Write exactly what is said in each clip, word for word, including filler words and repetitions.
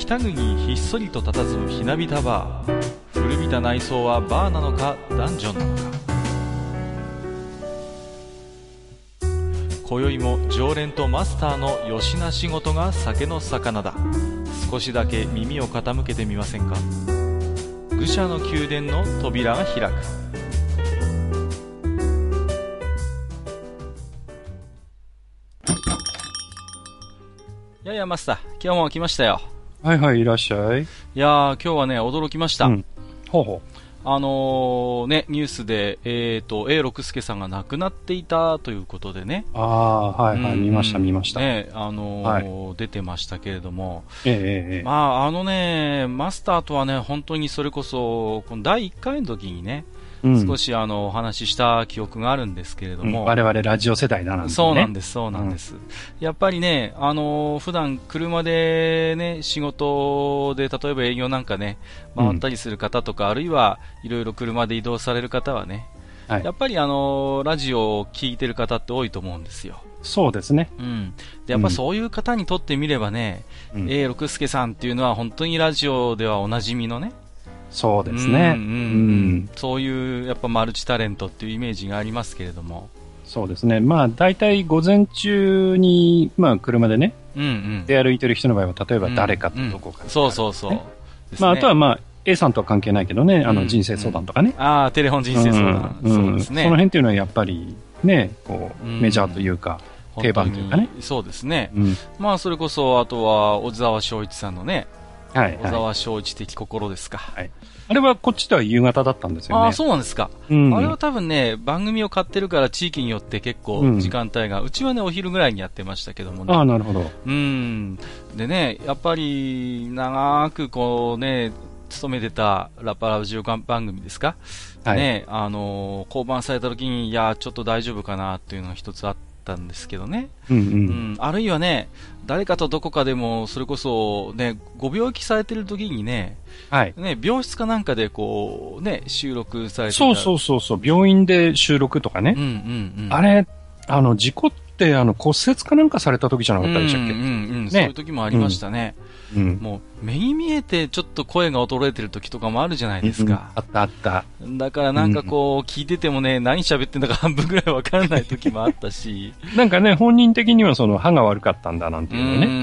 北国にひっそりと佇むひなびたバー。古びた内装はバーなのかダンジョンなのか。今宵も常連とマスターのよしな仕事が酒の魚だ。少しだけ耳を傾けてみませんか。愚者の宮殿の扉が開く。いやいやマスター、今日も来ましたよ。 はいはい、いらっしゃい。 いやー、今日はね、驚きました。うん、 ほうほう。 あのー、ね、ニュースで、えっと、A 六輔さんが亡くなっていたということでね。 ああ、はいはい、うん、見ました見ました。 ね、あのーはい、出てましたけれども。 ええええ。 まあ、あのね、マスターとはね、本当にそれこそ、このだいいっかいの時にね、うん、少しあのお話しした記憶があるんですけれども、 うん、我々ラジオ世代だなんてね。 そうなんですそうなんです、うん、やっぱりね、あの普段車でね仕事で例えば営業なんかね回ったりする方とか、うん、あるいはいろいろ車で移動される方はね、はい、やっぱりあのラジオを聞いてる方って多いと思うんですよ。 そうですね、 うん、でやっぱそういう方にとってみればね、うん、A 六輔さんっていうのは本当にラジオではおなじみのね、 そうですね、うんうんうん、 そういうやっぱマルチタレントっていうイメージがありますけれども、 そうですね、まあ大体午前中に、まあ、車でね、うんうん、出歩いてる人の場合は例えば誰かとどこか、ね、うんうん、 そうそうそう、ね、 まあ、あとはまあ A さんとは関係ないけどね、あの人生相談とかね、 うんうん、ああテレフォン人生相談、うんうん、そうですね、 その辺っていうのはやっぱりねこう、うん、メジャーというか定番というかね、 そうですね、うん、まあそれこそあとは小沢昭一さんのね、はいはい、小沢昭一的心ですか、はい、 あれはこっちでは夕方だったんですよね。 ああ、そうなんですか、うん、あれは多分ね番組を買ってるから地域によって結構時間帯が、うん、うちはねお昼ぐらいにやってましたけどもね。 ああ、なるほど。 うんでね、やっぱり長くこうね勤めてたラパラジオ番組ですか、はい、ね、あのー、降板された時にいやちょっと大丈夫かなっていうのが一つあったんですけどね、うんうんうん、あるいはね誰かとどこかでもそれこそねご病気されてる時にね、はい、ね病室かなんかでこうね収録されてた、 そうそうそうそう、病院で収録とかね、うんうんうん、あれあの事故ってあの骨折かなんかされた時じゃなかったでしたっけ、うんうんうん、ね、 そういう時もありましたね、うん、もう目に見えてちょっと声が衰えてる時とかもあるじゃないですか、うん、 あったあった。 だからなんかこう聞いててもね、うん、何喋ってんだか半分ぐらいわからない時もあったしなんかね本人的にはその歯が悪かったんだなんていうのをね、うん、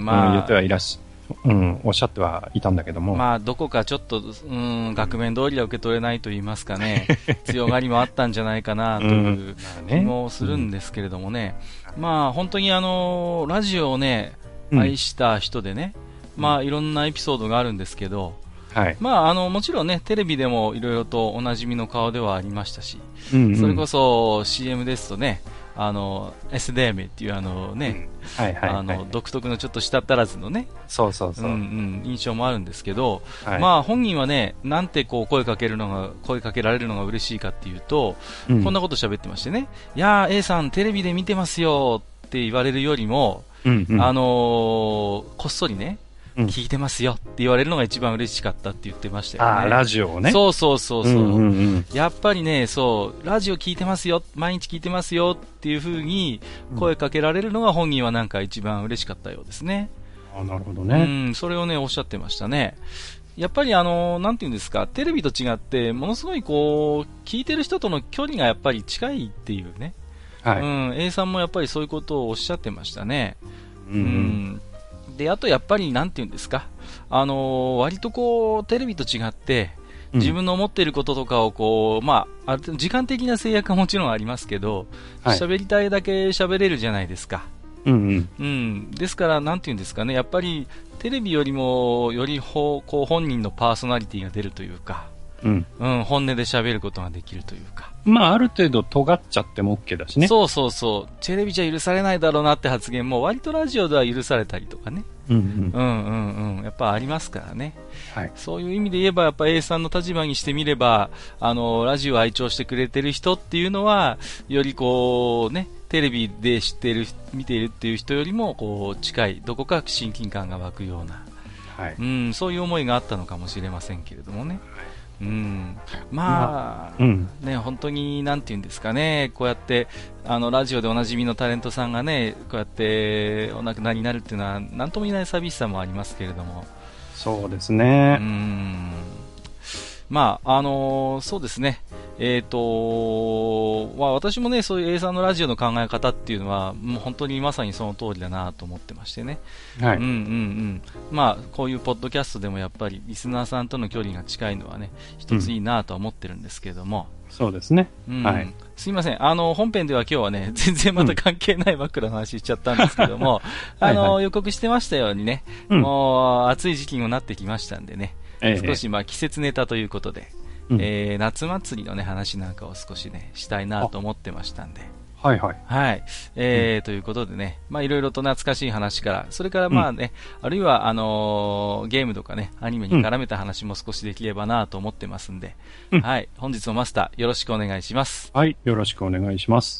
まあ、うん、言ってはいらっしうん、おっしゃってはいたんだけども、 まあどこかちょっと、うん、額面通りは受け取れないと言いますかね強がりもあったんじゃないかなという気もするんですけれどもね、うん、まあ本当にあのラジオをね愛した人でね、うん、まあいろんなエピソードがあるんですけど、はい、まああのもちろんねテレビでもいろいろとおなじみの顔ではありましたし、うんうん、それこそ シーエム ですとねあの エスディーエム っていうあのね、うん、はいはいはい、あの独特のちょっと舌足らずのね、 そうそうそう、うんうん、 印象もあるんですけど、はい、まあ本人はねなんてこう声かけるのが声かけられるのが嬉しいかっていうと、うん、こんなこと喋ってましてね、いやー A さんテレビで見てますよって言われるよりも、うんうん、あのー、こっそりね聞いてますよって言われるのが一番嬉しかったって言ってましたよね。 あ、ラジオをね。 そうそうそうそう、うんうんうん、やっぱりね、そうラジオ聞いてますよ、毎日聞いてますよっていう風に声かけられるのが本人はなんか一番嬉しかったようですね。 あ、なるほどね。 うん、それをねおっしゃってましたね。やっぱりあのなんていうんですか、テレビと違ってものすごいこう聞いてる人との距離がやっぱり近いっていうね。はい。うん、A さんもやっぱりそういうことをおっしゃってましたね。うん、うんであとやっぱりなんていうんですか、あのー、割とこうテレビと違って自分の思っていることとかをこう、まあ、ある程度時間的な制約はもちろんありますけど、喋、はい、りたいだけ喋れるじゃないですか、うんうんうん、ですからなんていうんですかね、やっぱりテレビよりもよりこう本人のパーソナリティが出るというか、うんうん、本音で喋ることができるというか、 まあある程度尖っちゃっても OK だしね。 そうそうそう、テレビじゃ許されないだろうなって発言も割とラジオでは許されたりとかね、うんうんうんうんうん、やっぱありますからね、はい、そういう意味で言えばやっぱ A さんの立場にしてみれば、あのラジオを愛聴してくれてる人っていうのはよりこうねテレビで知っている見ているっていう人よりもこう近い、どこか親近感が湧くような、はい、うん、そういう思いがあったのかもしれませんけれどもね、はい、うん、まあ、うん、ね、本当になんていうんですかね、こうやってあのラジオでおなじみのタレントさんがねこうやってお亡くなりになるっていうのは何とも言えない寂しさもありますけれども、 そうですね。 うーん。まあ、あのー、そうですね。えっ、ー、とまあ、私もね、そういう A さんのラジオの考え方っていうのは、もう本当にまさにその通りだなと思ってましてね。はい。うんうんうん。まあ、こういうポッドキャストでもやっぱりリスナーさんとの距離が近いのはね、一ついいなとは思ってるんですけれども。 うん、そうですね。 うん。 はい。 すいません。あの、本編では今日はね、全然また関係ない枕の話しちゃったんですけども、うん、あの、はいはい、予告してましたようにね、うん、もう暑い時期にもなってきましたんでね、ええ、少しまあ季節ネタということで、うん、えー、夏祭りのね、話なんかを少しね、したいなと思ってましたんで。 はいはい。 はい。えー、うん、ということでね、まあいろいろと懐かしい話から、それからまあね、うん、あるいはあのー、ゲームとかね、アニメに絡めた話も少しできればなと思ってますんで、うん、はい。本日のマスター、よろしくお願いします。 はい。よろしくお願いします。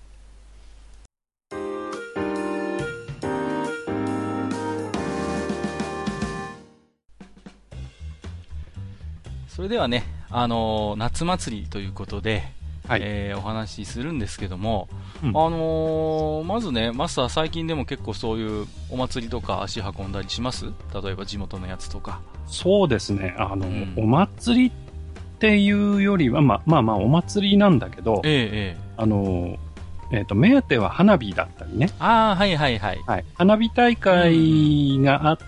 それではね、あのー、夏祭りということで、はい、えー、お話しするんですけども、うん、あのー、まずね、マスター最近でも結構そういうお祭りとか足運んだりします？例えば地元のやつとか。 そうですね、あの、うん、お祭りっていうよりは、まあまあまあお祭りなんだけど、ええ、あの、えっと、目当ては花火だったりね。 ああ、はいはいはい。 はい。花火大会があって、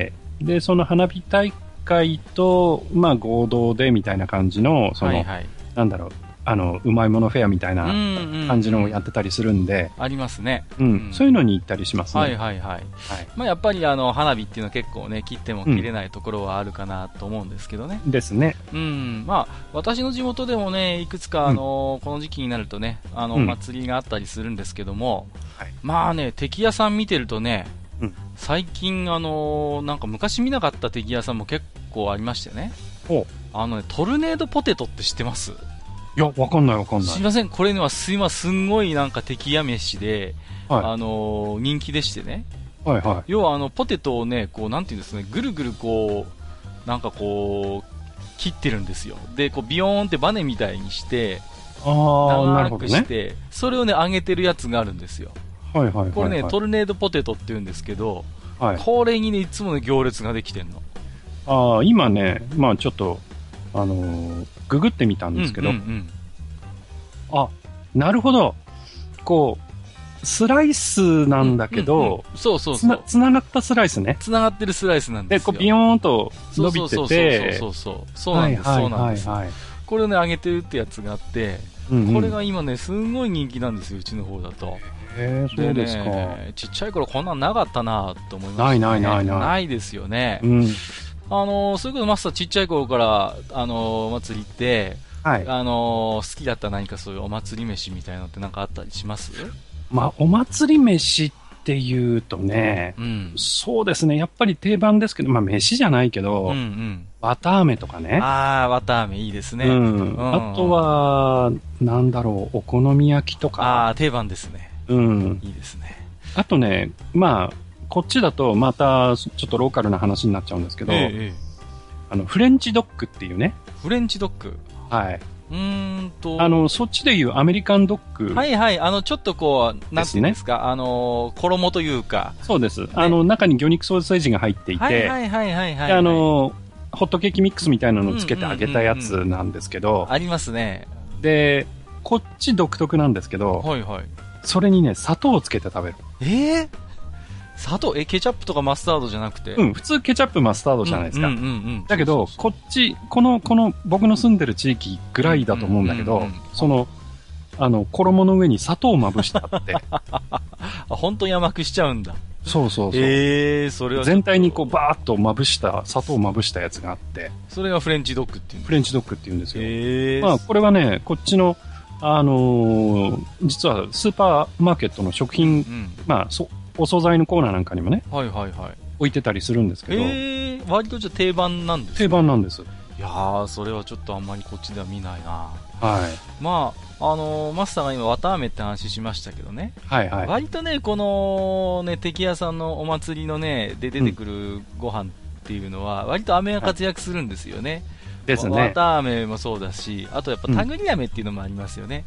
うん、で、その花火大会会と、まあ、合同でみたいな感じの、その、はいはい、なんだろう、あの、うまいものフェアみたいな感じのをやってたりするんで。うんうんうん、 ありますね、 うん。うん。そういうのに行ったりしますね。 はいはいはい。はい、まあ、やっぱりあの、花火っていうのは結構ね、切っても切れないところはあるかなと思うんですけどね。 うん、ですね。 うん。まあ、私の地元でもね、いくつかあの、うん、この時期になるとね、あの、お祭りがあったりするんですけども、うん、はい、まあね、敵屋さん見てるとね、うん、最近、あのー、なんか昔見なかった敵屋さんも結構ありましてね。あのね、トルネードポテトって知ってます？ いや、わかんないわかんない。 すいません、これねはすいま、すんごいなんか敵屋飯で、はい、あのー、人気でしてね。はいはい。要はあの、ポテトをね、こう、なんていうんですかね、ぐるぐるこう、なんかこう、切ってるんですよ。で、こう、ビヨーンってバネみたいにして、 あー、なるほどね。 長くして、それをね、揚げてるやつがあるんですよ。 はいはいはいはい、 これね、トルネードポテトって言うんですけど、はい、これにね、いつもね、行列ができてんの。 ああ、今ね、まあちょっと、あのー、ググってみたんですけど、うんうんうん、あ、なるほど。こう、スライスなんだけど、うんうんうん、 そうそうそう。 つながったスライスね。 つながってるスライスなんですよ。 で、こう、ビヨーンと伸びてて、 そうそうそうそう。そうなんです、そうなんです。はいはいはい、これをね、揚げてるってやつがあって、うんうん、これが今ね、すんごい人気なんですよ、うちの方だと。 へー、そうですか。 ね、ちっちゃい頃こんなんなかったなと思いましたね。 ないないないない。 ないですよね。 うん、 あのー、そういうことマスターちっちゃい頃から、あのー、お祭りって、はい、あのー、好きだった何かそういうお祭り飯みたいなのってなんかあったりします？ まあ、お祭り飯っていうとね、うん、そうですね、やっぱり定番ですけど、まあ、飯じゃないけど、うんうん、綿あめとかね。 ああ、綿あめいいですね。 うんうん、あとは、なんだろう、お好み焼きとか。 ああ、定番ですね。うん。いいですね。 あとね、まあ、こっちだとまたちょっとローカルな話になっちゃうんですけど、ええ、あの、フレンチドッグっていうね。 フレンチドッグはい。 うーんと。 あの、そっちでいうアメリカンドッグ。 はいはい。あの、ちょっとこう、なんていうんですか、ね、あの、衣というか。 そうです。ね、あの、中に魚肉ソーセージが入っていて、はいはいはいはい、はい、 あの、ホットケーキミックスみたいなのをつけて揚げたやつなんですけど。うんうんうんうん、 ありますね。 で、こっち独特なんですけど、はいはい。それにね、砂糖をつけて食べる。 えー砂糖え、ケチャップとかマスタードじゃなくてうん、普通ケチャップマスタードじゃないですか。うんうんうんうん、だけど、こっち、この、この、僕の住んでる地域ぐらいだと思うんだけど、うんうんうんうん、その、あの、衣の上に砂糖をまぶしてあって。 あ、本当に甘くしちゃうんだ。 そうそうそう。 えー、それは全体にこう、バーッとまぶした、砂糖をまぶしたやつがあって。 それがフレンチドッグっていうんですか？ フレンチドッグって言うんですよ。 えー、 まあ、これはね、こっちの、あのー、実はスーパーマーケットの食品、うん、まあ、そ、お惣菜のコーナーなんかにもね、はいはいはい、置いてたりするんですけど、 えー、割とじゃ定番なんですね。 定番なんです。 いやー、それはちょっとあんまりこっちでは見ないな。 はい。 まあ、あのー、マスターが今、綿あめって話しましたけどね。 はいはい。 割とね、この、ね、敵屋さんのお祭りのね、で出てくるご飯っていうのは、割と飴が活躍するんですよね。はい、 ですね。 綿あめもそうだし、あとやっぱ、たぐり飴っていうのもありますよね。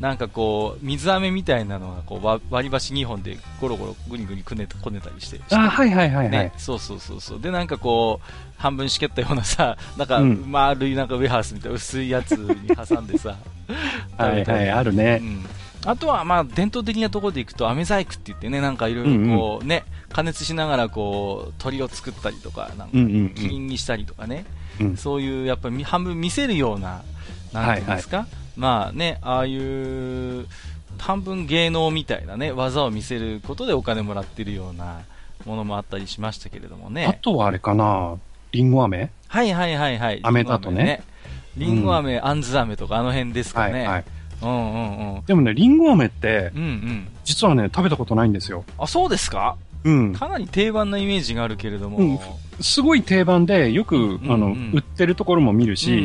なんかこう、水飴みたいなのがこう割り箸にほんでゴロゴログニグニこねた、こねたりして。 あ、はいはいはいはい。 ね、そうそうそうそう。で、なんかこう、半分しけったようなさ、なんか丸いなんかウェハースみたいな薄いやつに挟んでさ、 はいはい、あるね。 うん。あとはまあ伝統的なところでいくと、飴細工って言ってね、なんかいろいろこうね、うんうん、加熱しながらこう、鳥を作ったりとか、なんか、キリンにしたりとかね、うんうんうん、そういうやっぱり半分見せるような、なんていうんですか、はいはい、まあね、ああいう半分芸能みたいなね、技を見せることでお金もらってるようなものもあったりしましたけれどもね。 あとはあれかな、リンゴ飴？ はいはいはいはい。 飴だとね。 リンゴ飴、あんず飴とかあの辺ですかね。はいはい。うんうんうん。 でもね、リンゴ飴って、 うんうん、 実はね、食べたことないんですよ。 あ、そうですか？うん。かなり定番なイメージがあるけれども。うん、 すごい定番で、よく、うんうんうん、あの、売ってるところも見るし、うんうんうん、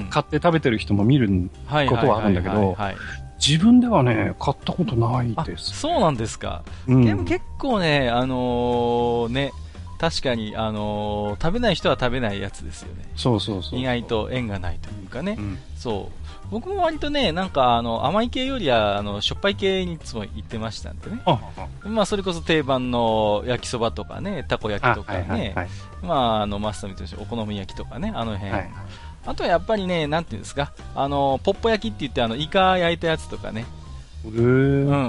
買って食べてる人も見ることはあるんだけど、自分ではね、買ったことないです。 そうなんですか。うん、でも結構ね、あのー、ね、確かに、あのー、食べない人は食べないやつですよね。 そうそうそう。 意外と縁がないというかね。うん、そう。僕も割とね、なんかあの甘い系よりはあのしょっぱい系にいつも行ってましたんでね。ああまあそれこそ定番の焼きそばとかね、たこ焼きとかね、はいはいはい、まああのマスターみたいなお好み焼きとかね、あの辺。はい、あとはやっぱりね、なんていうんですか、あのポッポ焼きって言ってあのイカ焼いたやつとかね。 へー。うんうんうん。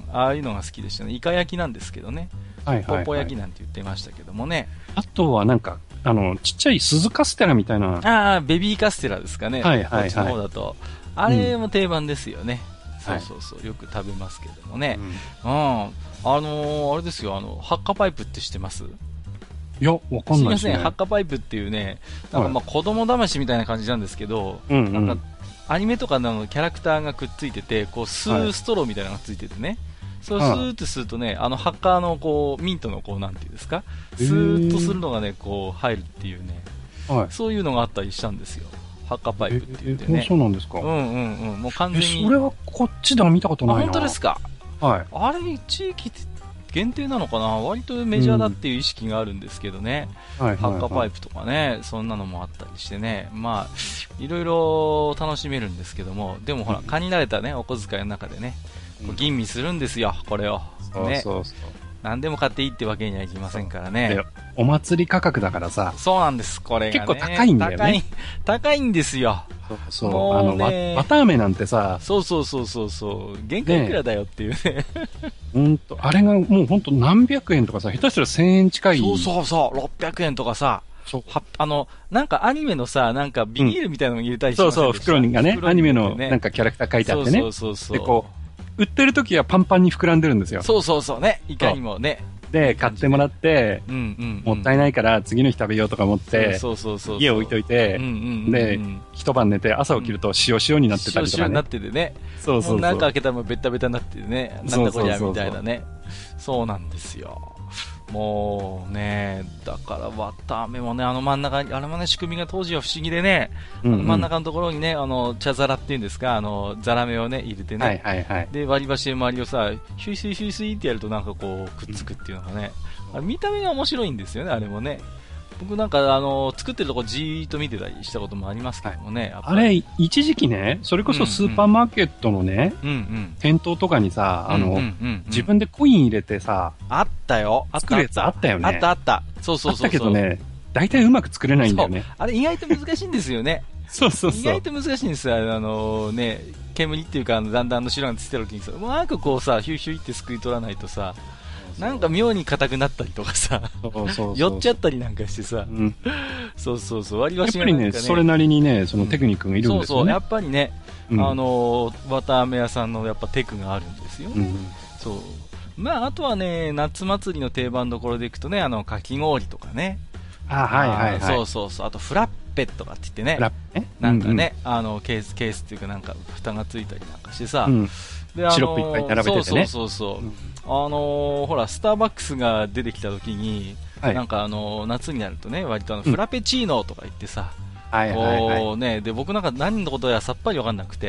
ああいうのが好きでしたね。イカ焼きなんですけどね。はいはいはい、ポッポ焼きなんて言ってましたけどもね。 あとはなんか。あの、ちっちゃい鈴カステラみたいな。 ああ、ベビーカステラですかね。 はいはいはい。 こっちの方だと。あれも定番ですよね。うん、そうそうそう。よく食べますけどもね。うん。うん、あのー、あれですよ、あの、ハッカパイプって知ってます？ いや、わかんないですね。 すいません、ハッカパイプっていうね、なんかまあ子供騙しみたいな感じなんですけど、はい、なんか、アニメとかのキャラクターがくっついてて、こう、吸うストローみたいなのがついててね。はいそうスーッとするとね、あのハッカーのこうミントのこうなんていうんですか、スーッとするのがねこう入るっていうね、はい、そういうのがあったりしたんですよ。ハッカーパイプって言ってね。 そうなんですか。 うんうんうん。もう完全に。 それはこっちでは見たことないな。 あ、本当ですか。 はい。 あれ地域限定なのかな。割とメジャーだっていう意識があるんですけどね。うん、はいはいはい、ハッカーパイプとかね、そんなのもあったりしてね、まあいろいろ楽しめるんですけども、でもほら限られたねお小遣いの中でね。吟味するんですよ、これを。ね、そうそうそう。何でも買っていいってわけにはいきませんからね。 お祭り価格だからさ。 そうなんです、これが、ね。 結構高いんだよね。 高い、高いんですよ。 そうそう。もうね、あの、わたあめなんてさ。 そうそうそうそうそう。原価いくらだよっていうね。 ほんと、あれがもうほんと何百円とかさ、下手したらせんえん近い。 そうそうそう、ろっぴゃくえんとかさ。そうはあの、なんかアニメのさ、なんかビニールみたいなの入れたりして、うん、そうそう、 袋にがね、アニメのなんかキャラクター書いてあってね。そうそうそうそう。で、こう、売ってる時はパンパンに膨らんでるんですよ。 そうそうそうね。いかにもね。 で、買ってもらって、うんうんうん、もったいないから次の日食べようとか思って、そうそうそうそう家置いといて、うんうんうん、で、一晩寝て朝起きると塩塩になってたりとかね。塩塩になっててね。そうそうそう。なんか開けたらもうベタベタになっててね。なんだこりゃみたいなね。そうなんですよ。もうね、だから綿あめもね、あの真ん中に、あれもね、仕組みが当時は不思議でね、うんうん、あの真ん中のところにね、あの茶皿っていうんですか、あのザラメをね入れてね、はいはいはい、で割り箸で周りをさ、ヒュイスイヒュイスイってやるとなんかこうくっつくっていうのがね、うん、あれ見た目が面白いんですよね、あれもね。僕なんかあの作ってるとこじーっと見てたりしたこともありますけどもね、はい、 あれ一時期ね、それこそスーパーマーケットのね、うんうん、店頭とかにさ、あの、うんうんうん、自分でコイン入れてさ、 あったよ、あった作るやつあったよね。 あったあった、そうそうそうそう。 あったけどね、大体うまく作れないんだよね。 あれ意外と難しいんですよね。 そうそうそう。 意外と難しいんですよ、あのね、煙っていうか、あのだんだんの白がついてる時にさ、うまくこうさ、ヒュイヒュイってすくい取らないとさ、なんか妙に硬くなったりとかさ、そうそうそう寄っちゃったりなんかしてさ、うん、そうそうそう、割り箸がなんか、ね、やっぱりね、それなりにね、そのテクニックがいるんですよね。うん、そうそう、 やっぱりね、うん、あの綿あめ屋さんのやっぱテクがあるんですよ。うん、そう。まああとはね、夏祭りの定番どころでいくとね、あのかき氷とかね。 あ、はいはいはい。 そうそうそう。あとフラッペとかって言ってね、フラッペ？なんかね、うんうん、あのケースケースっていうかなんか蓋がついたりなんかしてさ。うんであのー、シロップいっぱい並べててね。 そうそうそうそう、うん、あのー、ほらスターバックスが出てきた時に、はい、なんかあのー、夏になるとね割とあのフラペチーノとか言ってさ、うん、はいはいはい、ね、で僕なんか何のことやさっぱり分かんなくて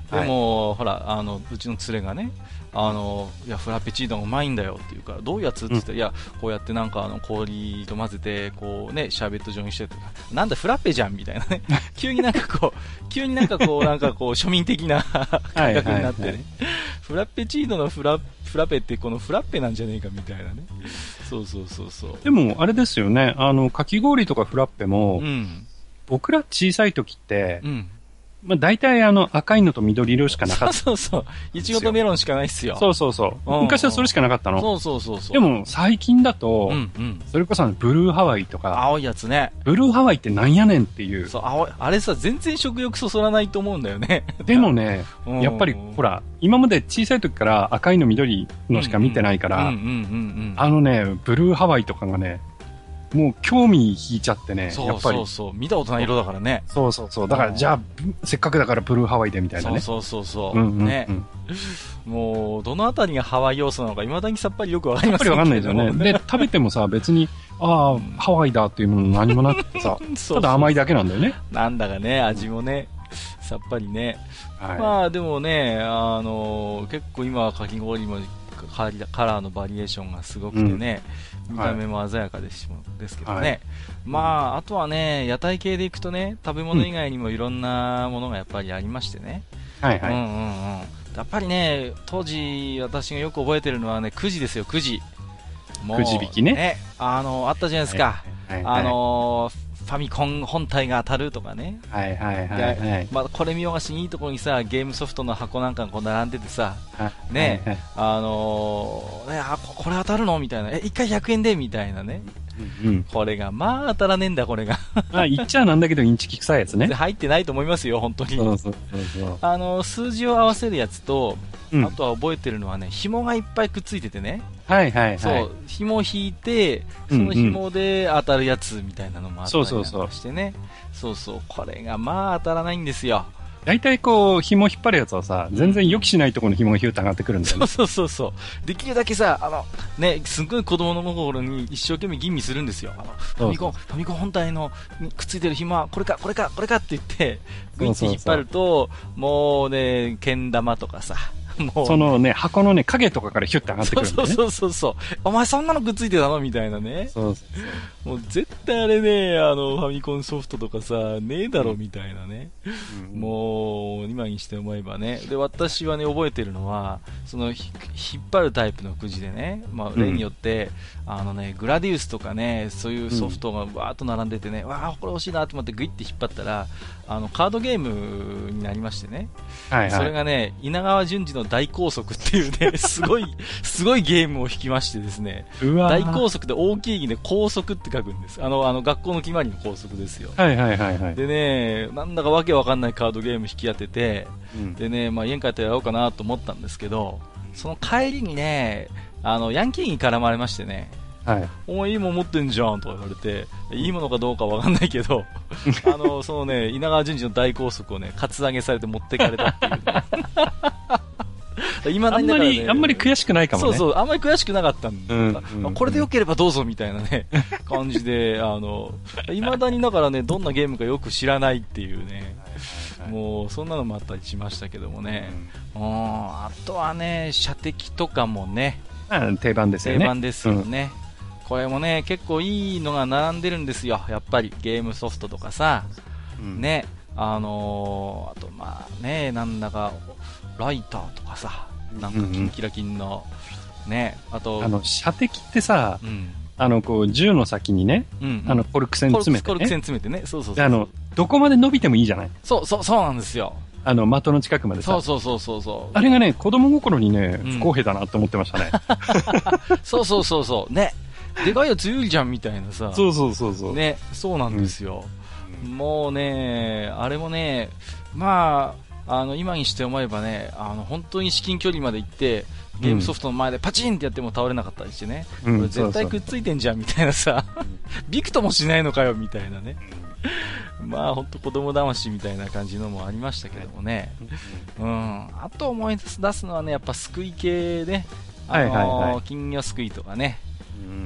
でも、はい、ほら、あの、うちの連れがね、あの、いや、フラペチーノうまいんだよって言うから、どういうやつって言ったら、うん、いや、こうやってなんかあの、氷と混ぜて、こうね、シャーベット状にしてとか、なんだフラペじゃんみたいなね。急になんかこう、急になんかこう、なんかこう、庶民的な感覚になってね。はいはいはい、フラペチーノのフラ、フラペってこのフラッペなんじゃねえかみたいなね。そうそうそうそう。 でも、あれですよね、あの、かき氷とかフラッペも、うん、僕ら小さい時って、うんまあ、大体あの赤いのと緑色しかなかった。 そうそうそう。いちごとメロンしかないっすよ。 そうそうそう。うんうん、昔はそれしかなかったの。 そうそうそうそう。 でも最近だと、うんうん、それこそブルーハワイとか。 青いやつね。 ブルーハワイってなんやねんっていう。 そう、青い。あれさ、全然食欲そそらないと思うんだよね。 でもね、やっぱりほら、今まで小さい時から赤いの緑のしか見てないから、あのね、ブルーハワイとかがね、もう興味引いちゃってね、 やっぱり。そうそうそう。見たことない色だからね。 そうそうそう。だから、じゃあ、せっかくだからブルーハワイでみたいなね。 そうそうそうそう。うんうんうん、ね。もう、どのあたりがハワイ要素なのか、未だにさっぱりよくわかりませんけど。 さっぱりわかんないですよね。で、食べてもさ、別に、ああ、ハワイだっていうもの何もなくてさ、ただ甘いだけなんだよね。 なんだかね、味もね、さっぱりね。はい、まあ、でもね、あの、結構今はかき氷も、カラーのバリエーションがすごくてね、うん、見た目も鮮やかですし、はい、ですけどね、はい、まあ、あとはね、屋台系で行くとね、食べ物以外にもいろんなものがやっぱりありましてね、 はいはい、 うんうんうん、やっぱりね、当時私がよく覚えてるのはね、くじですよ、くじ。 もうくじ引きね。 ね、あの、あったじゃないですか。はいはいはい、あのファミコン本体が当たるとかね。 はいはいはい、はい。 まあ、これ見よがしにいいところにさ、ゲームソフトの箱なんかがこう並んでてさ、ね、はいはい、あのー、ね、あ、これ当たるのみたいな。え、いっかいひゃくえんでみたいなね。うん、これが、まあ当たらねえんだ、これが。 まあ、言っちゃなんだけど、インチキ臭いやつね。 入ってないと思いますよ、本当に。 そうそうそうそう。 あの、数字を合わせるやつと、うん、あとは覚えてるのはね、紐がいっぱいくっついててね。 はいはいはい。 そう、紐を引いて、その紐で当たるやつみたいなのもあったりなんかしてね。そうそうそう。これがまあ当たらないんですよ。 大体こう、紐引っ張るやつはさ、全然予期しないところの紐がヒューッと上がってくるんだよね。 そうそうそうそう。できるだけさ、あの、ね、すっごい子供の頃に一生懸命吟味するんですよ。あの、ファミコン、ファミコン本体のくっついてる紐は、これか、これか、これかって言って、グイッて引っ張ると、もうね、けん玉とかさ、もうそのね、箱のね、影とかからヒュッて上がってくるんだよね。 そうそうそうそう。お前そんなのくっついてたのみたいなね。そうそうそう。もう絶対あれね、あの、ファミコンソフトとかさ、ねえだろみたいなね。うん、もう、今にして思えばね。で、私はね、覚えてるのは、その、引っ張るタイプのくじでね、まあ、例によって、うん、あのね、グラディウスとかね、そういうソフトがわーっと並んでてね、うん、わー、これ欲しいなと思ってグイッて引っ張ったら、あの、カードゲームになりましてね。はいはい。それがね、稲川淳二の大高速っていうね、すごい、すごいゲームを引きましてですね。うわ大高速で大きい字で高速って書くんです。あの、あの、学校の決まりの高速ですよ。 はいはいはいはい。 でね、なんだかわけわかんないカードゲーム引き当てて、うん、でね、まあ家に帰ってやろうかなと思ったんですけど、その帰りにね、あの、ヤンキーに絡まれましてね、はい、お前いいもん持ってんじゃんとか言われて、いいものかどうかわかんないけど、あの、そのね、稲川淳二の大高速をね、カツアゲされて持ってかれたっていう、ね。 今あんまり、あんまり悔しくないかもね。 そうそう、あんまり悔しくなかったんだ、うんうんうん、これで良ければどうぞみたいなね、感じで、あの、未だにだからね、どんなゲームかよく知らないっていうね、もう、そんなのもあったりしましたけどもね。うん、あとはね、射的とかもね、 うん、定番ですよね。 定番ですよね。うんこれもね、結構いいのが並んでるんですよ。やっぱりゲームソフトとかさ、うん、ね、あのー、あとまあね、なんだか、ライターとかさ、なんかキンキラキンの、うんうん、ね、あと、 あの、射的ってさ、うん、あの、こう、銃の先にね、うんうん、あの、コルク線詰めて、ね。 コルク線詰めてね、そうそうそう。 あの、どこまで伸びてもいいじゃない。 そうそう、そうなんですよ。 あの、的の近くまでさ。 そうそうそうそうそう。 あれがね、子供心にね、不公平だなと思ってましたね。 うん、そうそうそうそう。ね。でかいやつ強いじゃんみたいなさ。 そうそうそうそう。 ね、そうなんですよ。うん、もうね、あれもね、まあ、あの、今にして思えばね、あの、本当に至近距離まで行って、ゲームソフトの前でパチンってやっても倒れなかったりしてね。うん、これ絶対くっついてんじゃんみたいなさ。びくともしないのかよみたいなね。まあ、本当子供騙しみたいな感じのもありましたけどもね。うん。あと思い出すのはね、やっぱ救い系ね。あのーはいはいはい、金魚すくいとかね。うん、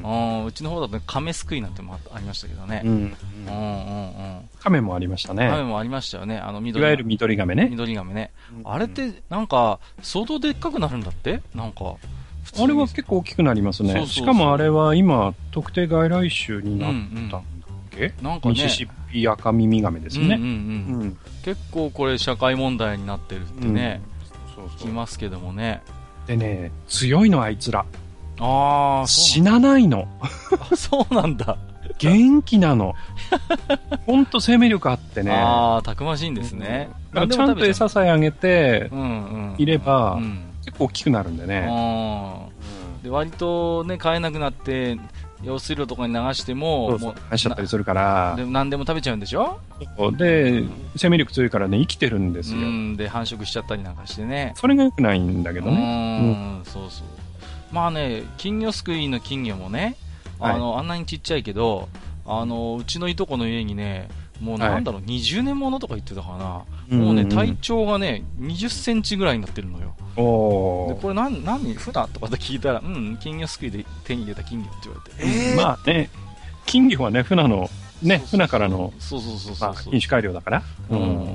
うんうちの方だと、ね、亀すくいなんてもありましたけどね。うん。うんうんうん。 亀もありましたね。 亀もありましたよね。あの緑。 いわゆる緑亀ね。 緑亀ね。うん、あれって、なんか、相当でっかくなるんだってなんか。 あれは結構大きくなりますね。そうそうそう、しかもあれは今、特定外来種になったんだっけ、うんうん、なんかね。ミシシッピアカミミガメですね。うんうんうんうん、結構これ社会問題になってるってね、うん、そうそう聞きますけどもね。 でね、強いのあいつら。 ああ、 死なないの。 あ、そうなんだ。 元気なの。ほんと生命力あってね。 ああ、たくましいんですね。 うん、ちゃんと餌さえあげて、いれば、うんうん、結構大きくなるんでね。 あで割とね、飼えなくなって、用水路とかに流しても、 そうそうもう流しちゃったりするから。 で何でも食べちゃうんでしょ。 で、生命力強いからね、生きてるんですよ。うん、で、繁殖しちゃったりなんかしてね。 それが良くないんだけどね。 うん、うん、そうそう。まあね、金魚すくいの金魚もね、あの、はい、あんなにちっちゃいけど、あの、うちのいとこの家にね、もうなんだろう、はい、にじゅうねんものとか言ってたかな。うんうん、もうね、体長がね、にじゅっセンチぐらいになってるのよ。 おで、これ何、何、船とかで聞いたら、うん、金魚すくいで手に入れた金魚って言われて。 えー、まあね、金魚はね、船の、ね、船からの、 そうそうそうそう、まあ、 品種改良だから、うん、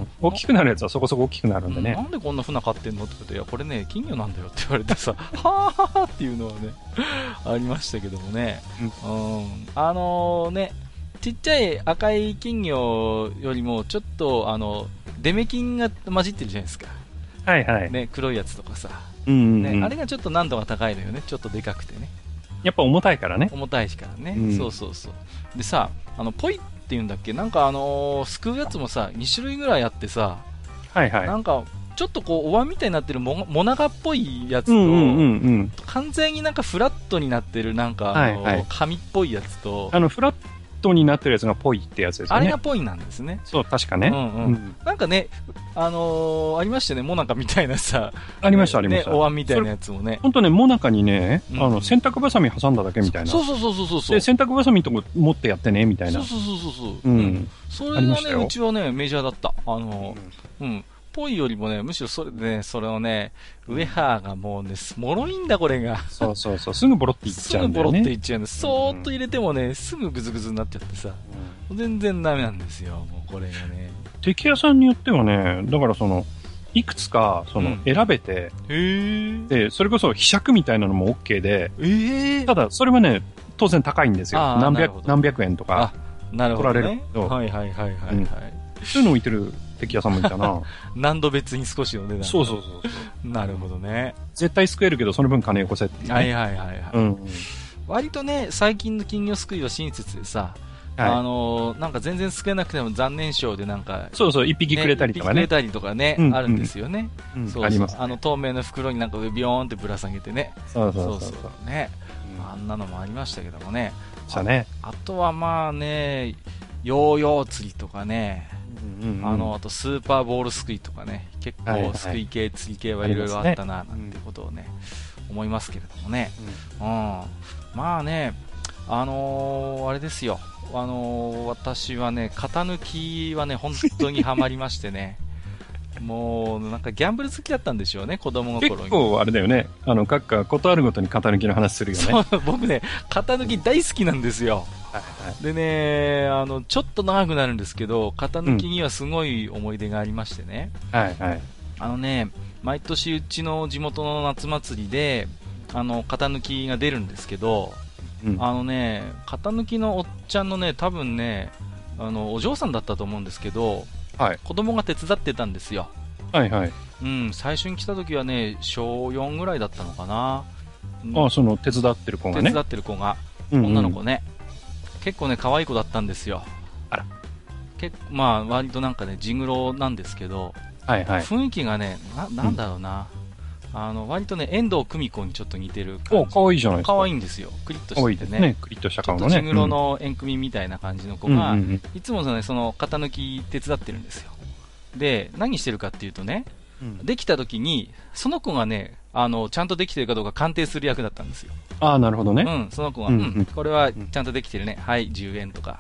大きくなるやつはそこそこ大きくなるんでね。 うん、なんでこんな船買ってんのって言って、いや、これね、金魚なんだよって言われてさ、はぁーっていうのはね、ありましたけどもね。うん。うん、あのー、ね、ちっちゃい赤い金魚よりも、ちょっと、あの、デメキンが混じってるじゃないですか。 はいはい。 ね、黒いやつとかさ。 うんうんうん、 ね、あれがちょっと難度が高いのよね。ちょっとでかくてね。 やっぱ重たいからね。 重たいしからね。うん、そうそうそう。でさ、あの、ポイっていうんだっけ、なんかあのー、すくうやつもさ、に種類ぐらいあってさ、 はいはい。 なんか、ちょっとこう、お椀みたいになってるも、もながっぽいやつと、 うんうんうんうん、 完全になんかフラットになってる、なんか、あのーはいはい、紙っぽいやつと、 あの、フラットになってるやつがポイってやつですよね。 あれがポイなんですね。 そう、確かね。 うんうん。うん、なんかね、あのー、ありましたね、モナカみたいなさ。 ありました、ありました。 ね、お椀みたいなやつもね。 ほんとね、モナカにね、うん、あの、洗濯バサミ挟んだだけみたいな。 そうそうそうそうそう。 で、洗濯バサミとこ持ってやってね、みたいな。 そうそうそうそう。 うん。うん、 それがね、うちはね、メジャーだった。あのー、うん。うんぽいよりもね、むしろそれでね、それをね、ウェハーがもうね、もろいんだ、これが。 そうそうそう、すぐボロっていっちゃうんだよね。 すぐボロっていっちゃうんです。そーっと入れてもね、すぐグズグズになっちゃってさ、うん、全然ダメなんですよ、もうこれがね。 敵屋さんによってはね、だからその、いくつか、その、選べて、 うん、へー。 で、それこそ、被釈みたいなのも OK で、 えー、 ただ、それはね、当然高いんですよ。何百、何百円とか、 なるほど、ね、 取られるけど。 はいはいはいはい、はい、うん。 そういうの置いてる敵屋さんもいたな。 何度別に少しの値段。 そうそうそうそう。 なるほどね。 絶対救えるけど、その分金よこせって、ね。 はいはいはいはい。うん、割とね、最近の金魚すくいは親切でさ、はい、あのー、なんか全然救えなくても残念賞でなんか、 そうそう、一匹くれたりとかね。 一匹くれたりとかね、うんうん、あるんですよね。 うん、 そうそう、 あります、ね。 あの透明な袋になんかビヨーンってぶら下げてね。 そうそうそうそう。 そうそうね、うん。あんなのもありましたけどもね。 そうね。 あ, あとはまあね、ヨーヨー釣りとかね。うんうん、あのあとスーパーボールすくいとかね、結構すくい系、はいはい、釣り系はいろいろあったななんてことをね、うん、思いますけれどもね、うん、うん、まあね、あのー、あれですよ、あのー、私はね、型抜きはね、本当にハマりましてね、もうなんかギャンブル好きだったんでしょうね、子供の頃に。 結構あれだよね、あの各家ことあるごとに型抜きの話するよね。 そう、僕ね、型抜き大好きなんですよ。はいはい、でね、あのちょっと長くなるんですけど、型抜きにはすごい思い出がありましてね、 うん、はいはい、 あのね、毎年うちの地元の夏祭りであの型抜きが出るんですけど、うん、あのね、型抜きのおっちゃんのね、多分ね、あのお嬢さんだったと思うんですけど、はい、子供が手伝ってたんですよ。 はいはい、 うん、最初に来た時はね、しょうよんぐらいだったのかな。 ああ、その手伝ってる子がね。 手伝ってる子が、うんうん、女の子ね。結構ね、可愛い子だったんですよ。 あら。 結構、まあ、割となんかね、地黒なんですけど、 はいはい。 雰囲気がね、な、なんだろうな。うん、あの、割とね、遠藤久美子にちょっと似てる感じ。 お、可愛いじゃないですか。 可愛いんですよ。クリッとしててね。 ね、クリッとした顔のね。 ちょっと地黒の縁組みたいな感じの子が、うんうんうん、いつもその、ね、その、型抜き手伝ってるんですよ。で、何してるかっていうとね、うん、できた時に、その子がね、あの、ちゃんとできてるかどうか鑑定する役だったんですよ。 ああ、なるほどね。 うん、その子が、うん、うん、これはちゃんとできてるね。はい、じゅうえんとか。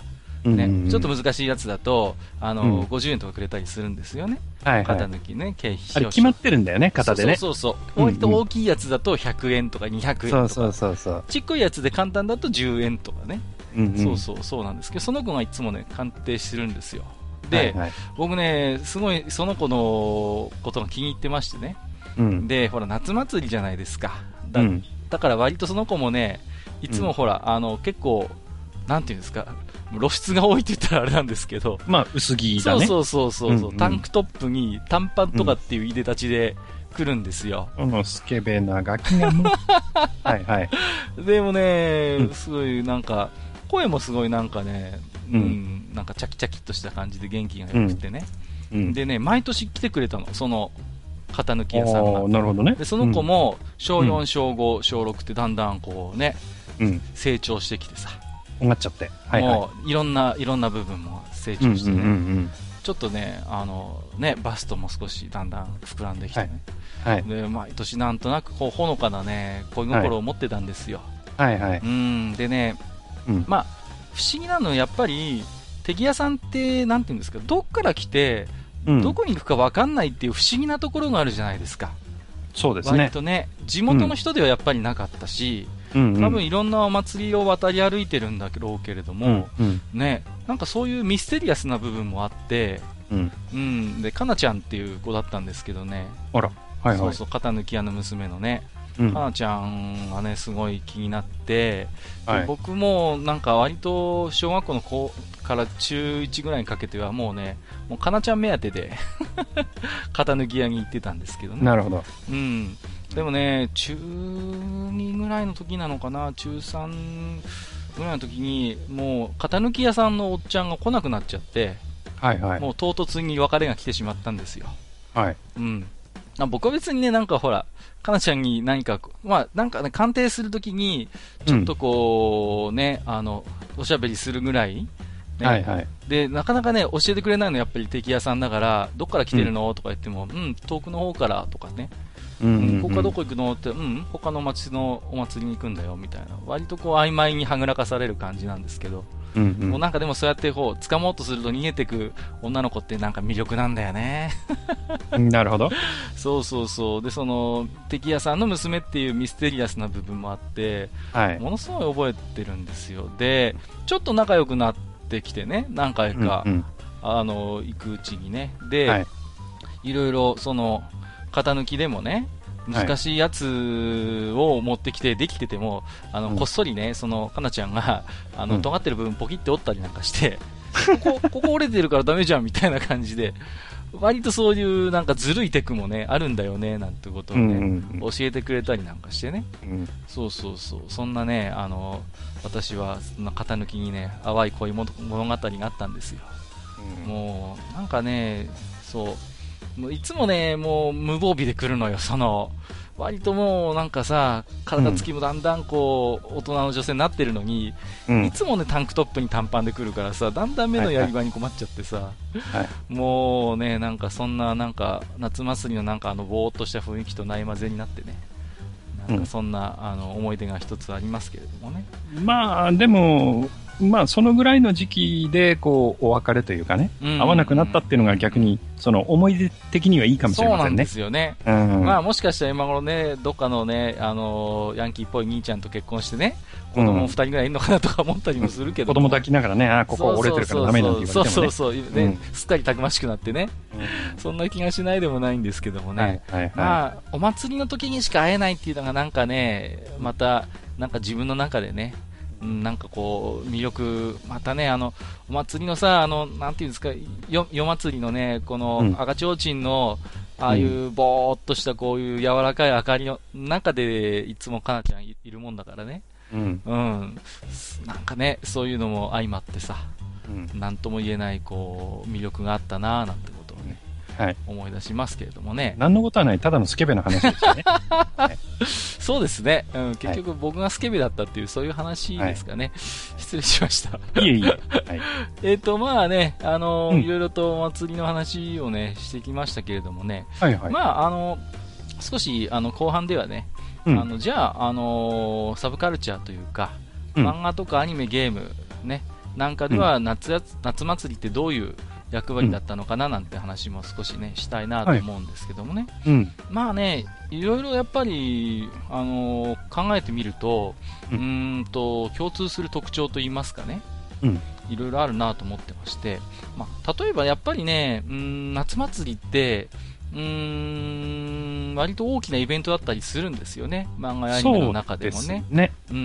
ね、うんうん、ちょっと難しいやつだと、あの、うん、ごじゅうえんとかくれたりするんですよね。はいはい、型抜きね、経費あれ決まってるんだよね、型でね。 そうそうそう。割と大きいやつだとひゃくえんとかにひゃくえんとか。 そうそうそう。 ちっこいやつで簡単だとじゅうえんとかね。うんうん、そうそう、そうなんですけど、その子がいつもね、鑑定するんですよ。で、はいはい、僕ね、すごいその子のことが気に入ってましてね。うん、で、ほら、夏祭りじゃないですか。だ、うん、だから割とその子もね、いつもほら、うん、あの、結構、なんていうんですか、露出が多いって言ったらあれなんですけど、 まあ、薄着だね。 そうそうそうそう、うんうん、タンクトップに短パンとかっていういでたちで来るんですよ。 このスケベなガキがもはいはい。 でもね、うん、すごいなんか、声もすごいなんかね、うん、うん、なんかチャキチャキっとした感じで元気が良くてね、うん、でね、毎年来てくれたの、その、型抜き屋さんが。 なるほどね。 で、その子も、小よん、小ご、小ろくってだんだんこうね、うん、成長してきてさ。 上がっちゃって。はいはい。 もう、いろんな、いろんな部分も成長してね。うんうんうん、ちょっとね、あの、ね、バストも少しだんだん膨らんできてね。はい。はい、で、毎年なんとなく、こう、ほのかなね、恋心を持ってたんですよ。 はいはい。 うん、でね、うん、まあ、不思議なのはやっぱり、敵屋さんって、なんていうんですか、どっから来て、うん、どこに行くか分かんないっていう不思議なところがあるじゃないですか。 そうですね。 割とね、地元の人ではやっぱりなかったし、うんうん、多分いろんなお祭りを渡り歩いてるんだろうけれども、うんうん、ね、なんかそういうミステリアスな部分もあって、うんうん、でかなちゃんっていう子だったんですけどね、 あら、はいはい、 そうそう、型抜き屋の娘のね、うん、かなちゃんがねすごい気になって、はい、僕もなんか割と小学校の子から中いちぐらいにかけてはもうね、もうかなちゃん目当てで型抜き屋に行ってたんですけどね。 なるほど。 うん。でもね、中にぐらいの時なのかな、中さんぐらいの時にもう型抜き屋さんのおっちゃんが来なくなっちゃって、はいはい、もう唐突に別れが来てしまったんですよ。はい。うん。僕は別にね、なんかほら、かなちゃんに何か、まあ、なんかね、鑑定するときに、ちょっとこう、ね、うん、あの、おしゃべりするぐらい、ね、はいはい。で、なかなかね、教えてくれないのやっぱり敵屋さんだから、どっから来てるの、うん、とか言っても、うん、遠くの方からとかね、うん、うん、他どこ行くのって、うん、他の町のお祭りに行くんだよ、みたいな。割とこう、曖昧にはぐらかされる感じなんですけど、うんうん、もうなんかでもそうやってこう掴もうとすると逃げてく女の子ってなんか魅力なんだよね。 なるほど。 そうそうそう。で、その敵屋さんの娘っていうミステリアスな部分もあって、はい、ものすごい覚えてるんですよ。で、ちょっと仲良くなってきてね、何回か、うんうん、あの行くうちにね、で、はい、いろいろその型抜きでもね、難しいやつを持ってきてできてても、あの、うん、こっそりね、そのかなちゃんがあの、うん、尖ってる部分ポキって折ったりなんかしてここここ折れてるからダメじゃんみたいな感じで、割とそういうなんかずるいテクもねあるんだよねなんてことをね、うんうんうん、教えてくれたりなんかしてね、うん、そうそうそう、そんなね、あの私はそんな型抜きにね淡い恋物語があったんですよ、うん、もうなんかね、そうもういつもね、もう無防備で来るのよ、その割ともうなんかさ、体つきもだんだんこう、うん、大人の女性になってるのに、うん、いつもねタンクトップに短パンで来るからさ、だんだん目のやり場に困っちゃってさ、はいはい、もうね、なんかそんななんか夏祭りのなんかあのぼーっとした雰囲気とないまぜになってね、なんかそんな、うん、あの思い出が一つありますけれどもね。 まあでも。まあ、そのぐらいの時期でこうお別れというかね、うんうんうん、会わなくなったっていうのが逆にその思い出的にはいいかもしれませんね。 そうなんですよね、うん、まあ、もしかしたら今頃ね、どっかのね、あのー、ヤンキーっぽい兄ちゃんと結婚してね、子供もふたりぐらいいるのかなとか思ったりもするけど、うん、子供抱きながらね、あここ折れてるからダメなんて言われてもね、 そうそうそう、ね、うん、すっかりたくましくなってね、うん、そんな気がしないでもないんですけどもね、はいはいはい、まあ、お祭りの時にしか会えないっていうのがなんかね、またなんか自分の中でね、なんかこう魅力、またね、あのお祭りのさ、あのなんていうんですか、よ夜祭りのね、この赤ちょうちんの、うん、ああいうぼーっとしたこういう柔らかい明かりの中でいつもかなちゃんいるもんだからね、うん、うん、なんかね、そういうのも相まってさ、うん、なんとも言えないこう魅力があったなーなんてことをね、はい、思い出しますけれどもね。 何のことはない、ただのスケベな話でしたね。はい、 そうですね、うん、結局僕がスケベだったっていうそういう話ですかね、はい、失礼しました。 いえいえ、はい、 えっとまあね、あのーうん、いろいろとお祭りの話をねしてきましたけれどもね、はいはい、まああの少しあの後半ではね、うん、あのじゃあ、あのー、サブカルチャーというか、うん、漫画とかアニメ、ゲームね、 なんかでは夏や、うん、夏祭りってどういう役割だったのかななんて話も少しねしたいなと思うんですけどもね、はい、うん、まあねいろいろやっぱり、あのー、考えてみると、うん、うーんと共通する特徴といいますかね、うん、いろいろあるなと思ってまして、まあ、例えばやっぱりね、うーん夏祭りってうーん割と大きなイベントだったりするんですよね、漫画やアニメの中でもね。ね、うんうん、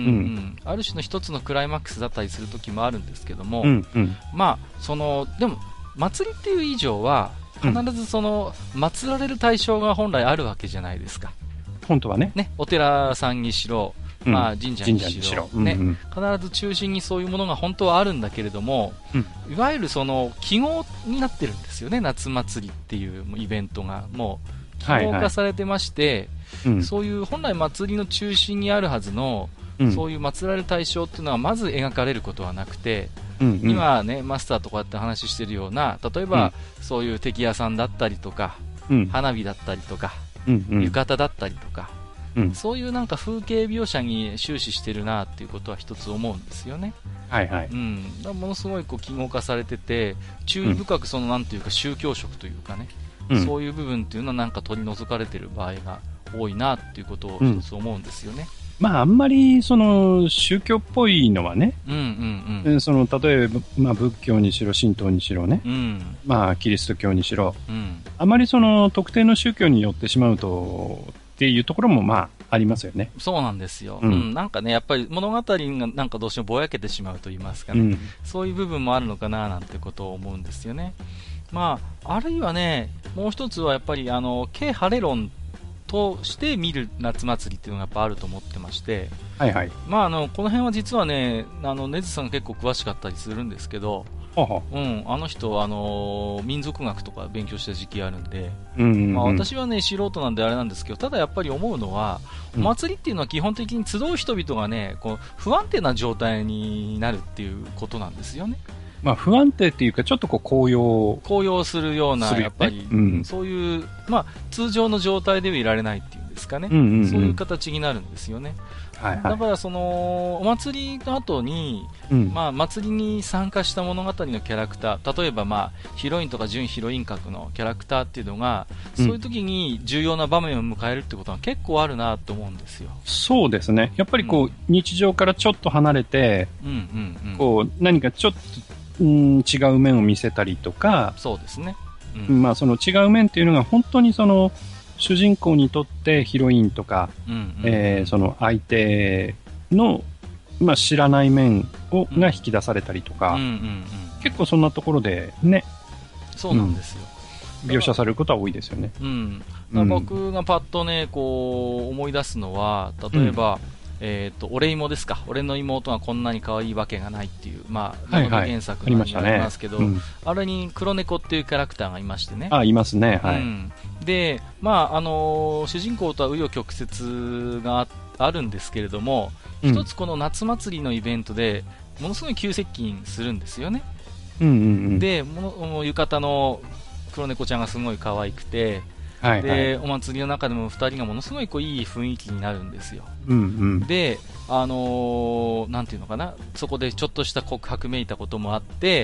ある種の一つのクライマックスだったりする時もあるんですけども、うんうん、まあそのでも祭りっていう以上は必ずその、うん、祀られる対象が本来あるわけじゃないですか。 本当はね。 ね、お寺さんにしろ、うん、まあ神社にしろ、ね、うんうん、必ず中心にそういうものが本当はあるんだけれども、うん、いわゆるその記号になってるんですよね、夏祭りっていうイベントがもう記号化されてまして、はいはい、そういう本来祭りの中心にあるはずの、うん、そういう祀られる対象っていうのはまず描かれることはなくて、うんうん、今ねマスターとこうやって話してるような例えば、うん、そういう敵屋さんだったりとか、うん、花火だったりとか、うんうん、浴衣だったりとか、うん、そういうなんか風景描写に終始してるなっていうことは一つ思うんですよね。はいはい、うん、だものすごいこう記号化されてて注意深くそのなんていうか宗教色というかね、うん、そういう部分っていうのはなんか取り除かれてる場合が多いなっていうことを一つ思うんですよね。うんまあ、あんまり、その、宗教っぽいのはね、うんうんうん、その、例えば、まあ、仏教にしろ、神道にしろね、うん、まあ、キリスト教にしろ、うん、あまりその、特定の宗教によってしまうと、っていうところも、まあ、ありますよね。 そうなんですよ。うん、うん、なんかね、やっぱり物語がなんかどうしてもぼやけてしまうと言いますかね、うん、そういう部分もあるのかな、なんてことを思うんですよね。まあ、あるいはね、もう一つはやっぱり、あの、K ハレロンとして見る夏祭りっていうのがやっぱあると思ってまして、はいはい、まあ、あのこの辺は実はねあのネズさんが結構詳しかったりするんですけど、ははうん、あの人あの民族学とか勉強した時期あるんで、うんうんうんまあ、私はね素人なんであれなんですけどただやっぱり思うのは、うん、お祭りっていうのは基本的に集う人々がねこう不安定な状態になるっていうことなんですよね。 まあ、不安定っていうかちょっとこう高揚高揚するような、ね、やっぱり、うん、そういう、まあ、通常の状態ではいられないっていうんですかね、うんうんうん、そういう形になるんですよね。はいはい、だからそのお祭りの後に、うんまあ、祭りに参加した物語のキャラクター例えば、まあ、ヒロインとか準ヒロイン格のキャラクターっていうのが、うん、そういう時に重要な場面を迎えるってことは結構あるなと思うんですよ。 そうですねやっぱりこう、うん、日常からちょっと離れて、うんうんうん、こう何かちょっとうん、違う面を見せたりとか、 そうですね。 うん、まあその違う面っていうのが本当にその主人公にとってヒロインとか、うんうんうんえー、その相手のまあ知らない面を、が引き出されたりとか、うんうんうん、結構そんなところでね、 そうなんですよ。 うん、描写されることは多いですよね。 うん。うん、僕がパッとねこう思い出すのは例えば。うんえーと、俺妹ですか俺の妹がこんなに可愛いわけがないっていう、まあ、はいはい、原作がありますけど、あ, ねうん、あれに黒猫っていうキャラクターがいましてねあいますね、はいうん、 で、まああのー、主人公とは紆余曲折が あ, あるんですけれども、うん、一つこの夏祭りのイベントでものすごい急接近するんですよね、うんうんうん、でもの浴衣の黒猫ちゃんがすごい可愛くてはいはい、でお祭りの中でもふたりがものすごいこういい雰囲気になるんですよ、うんうん、で、あのー、なんていうのかなそこでちょっとした告白めいたこともあって、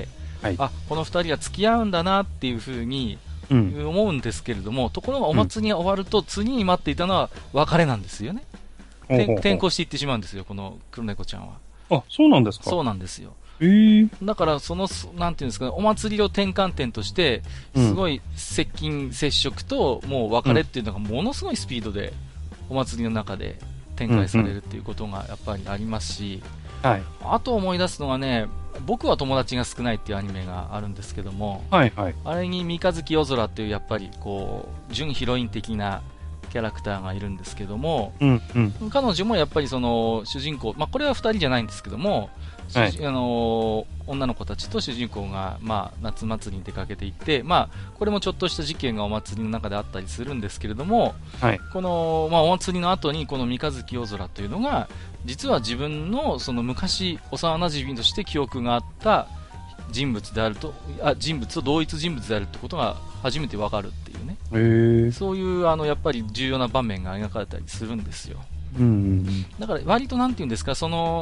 はい、あこのふたりが付き合うんだなっていうふうに思うんですけれども、うん、ところがお祭りが終わると次に待っていたのは別れなんですよね、うん、転校していってしまうんですよこの黒猫ちゃんは。 あそうなんですか。 そうなんですよ。 えー、 だからそのなんていうんですかねお祭りを転換点としてすごい接近接触ともう別れっていうのがものすごいスピードでお祭りの中で展開されるっていうことがやっぱりありますし、はい、あと思い出すのがね僕は友達が少ないっていうアニメがあるんですけども、はいはい、あれに三日月夜空っていうやっぱりこう準ヒロイン的なキャラクターがいるんですけども、うんうん、彼女もやっぱりその主人公、まあ、これはふたりじゃないんですけどもはい、あのー、女の子たちと主人公が、まあ、夏祭りに出かけていって、まあ、これもちょっとした事件がお祭りの中であったりするんですけれども、はい、この、まあ、お祭りの後にこの三日月夜空というのが実は自分のその昔幼なじみとして記憶があった人物であるとあ人物と同一人物であるってことが初めて分かるっていうね、へー、そういうあのやっぱり重要な場面が描かれたりするんですよ、うんうんうん、だから割となんていうんですかその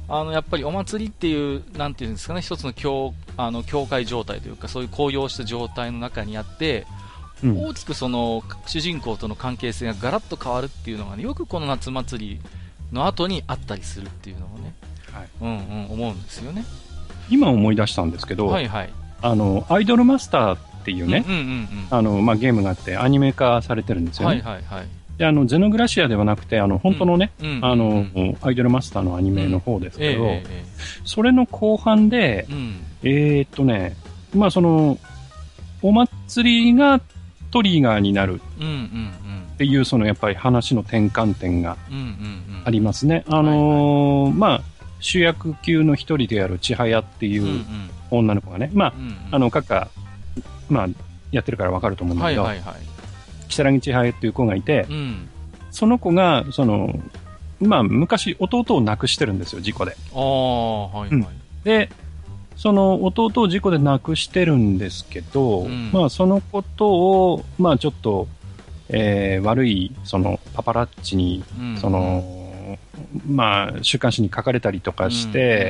あの、やっぱりお祭りっていう、なんていうんですかね、一つの教、あの、教会状態というか、そういう高揚した状態の中にあって、うん、大きくその、主人公との関係性がガラッと変わるっていうのがね、よくこの夏祭りの後にあったりするっていうのをね、はい、うんうん、思うんですよね。 今思い出したんですけど、はいはい。あの、アイドルマスターっていうね、うんうんうんうん、あの、まあ、ゲームがあってアニメ化されてるんですよね。はいはいはい。で、あの、ゼノグラシアではなくて、あの、本当のね、うんうんうん、あの、アイドルマスターのアニメの方ですけど、うんえーえー、それの後半で、うん、えー、っとね、まあ、その、お祭りがトリガーになるっていう、その、やっぱり話の転換点がありますね。うんうんうん、あのーはいはい、まあ、主役級の一人である千早っていう女の子がね、うんうん、まあ、うんうん、あの、閣下、まあ、やってるからわかると思うんだけど、はいはいはい、木更木千早っていう子がいて、うん、その子が、その、まあ、昔弟を亡くしてるんですよ、事故で。ああ、はいはい、うん。で、その弟を事故で亡くしてるんですけど、うん、まあ、そのことを、まあ、ちょっと、えー、悪い、その、パパラッチに、うん、その、まあ、週刊誌に書かれたりとかして、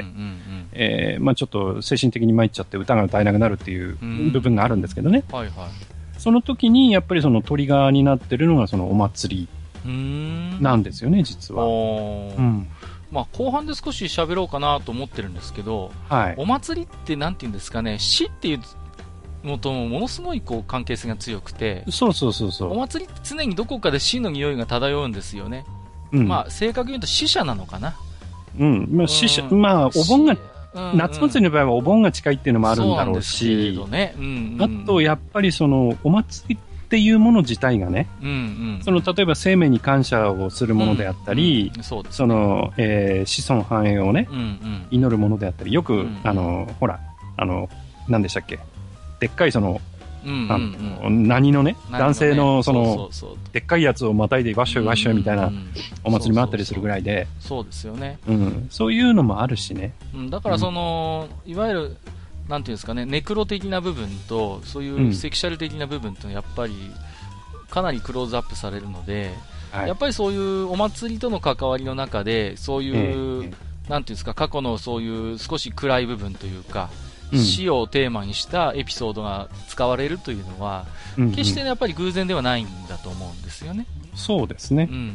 えー、まあ、ちょっと精神的に参っちゃって歌が歌えなくなるっていう部分があるんですけどね。うん、はいはい。その時に、やっぱりそのトリガーになってるのがそのお祭りなんですよね、実は。うん。 まあ、後半で少し喋ろうかなと思ってるんですけど、はい、お祭りってなんて言うんですかね、死っていうのともものすごいこう関係性が強くて、 そうそうそうそう。 お祭りって常にどこかで死の匂いが漂うんですよね。うん、まあ、正確に言うと死者なのかな。 うん。まあ、死者、うん、まあ、お盆が、うんうん、夏祭りの場合はお盆が近いっていうのもあるんだろうし、そうねうんうん、あと、やっぱりその、お祭りっていうもの自体がね、うんうん、その、例えば生命に感謝をするものであったり、うんうん そ, うその、えー、子孫繁栄をね、うんうん、祈るものであったり、よく、うんうん、あの、ほら、あの、何でしたっけ、でっかいその、うんうんうん、何のね、男性のそのでっかいやつをまたいでワッショイワッショイみたいなお祭りもあったりするぐらいで、 そうですよね、 うん、そういうのもあるしね、 うん、だからその、うん、いわゆるなんていうんですかね、ネクロ的な部分とそういうセクシャル的な部分とやっぱりかなりクローズアップされるので、はい、やっぱりそういうお祭りとの関わりの中でそういう、えー、なんていうんですか、過去のそういう少し暗い部分というか死をテーマにしたエピソードが使われるというのは、うんうん、決して、ね、やっぱり偶然ではないんだと思うんですよね。 そうですね。うんうん、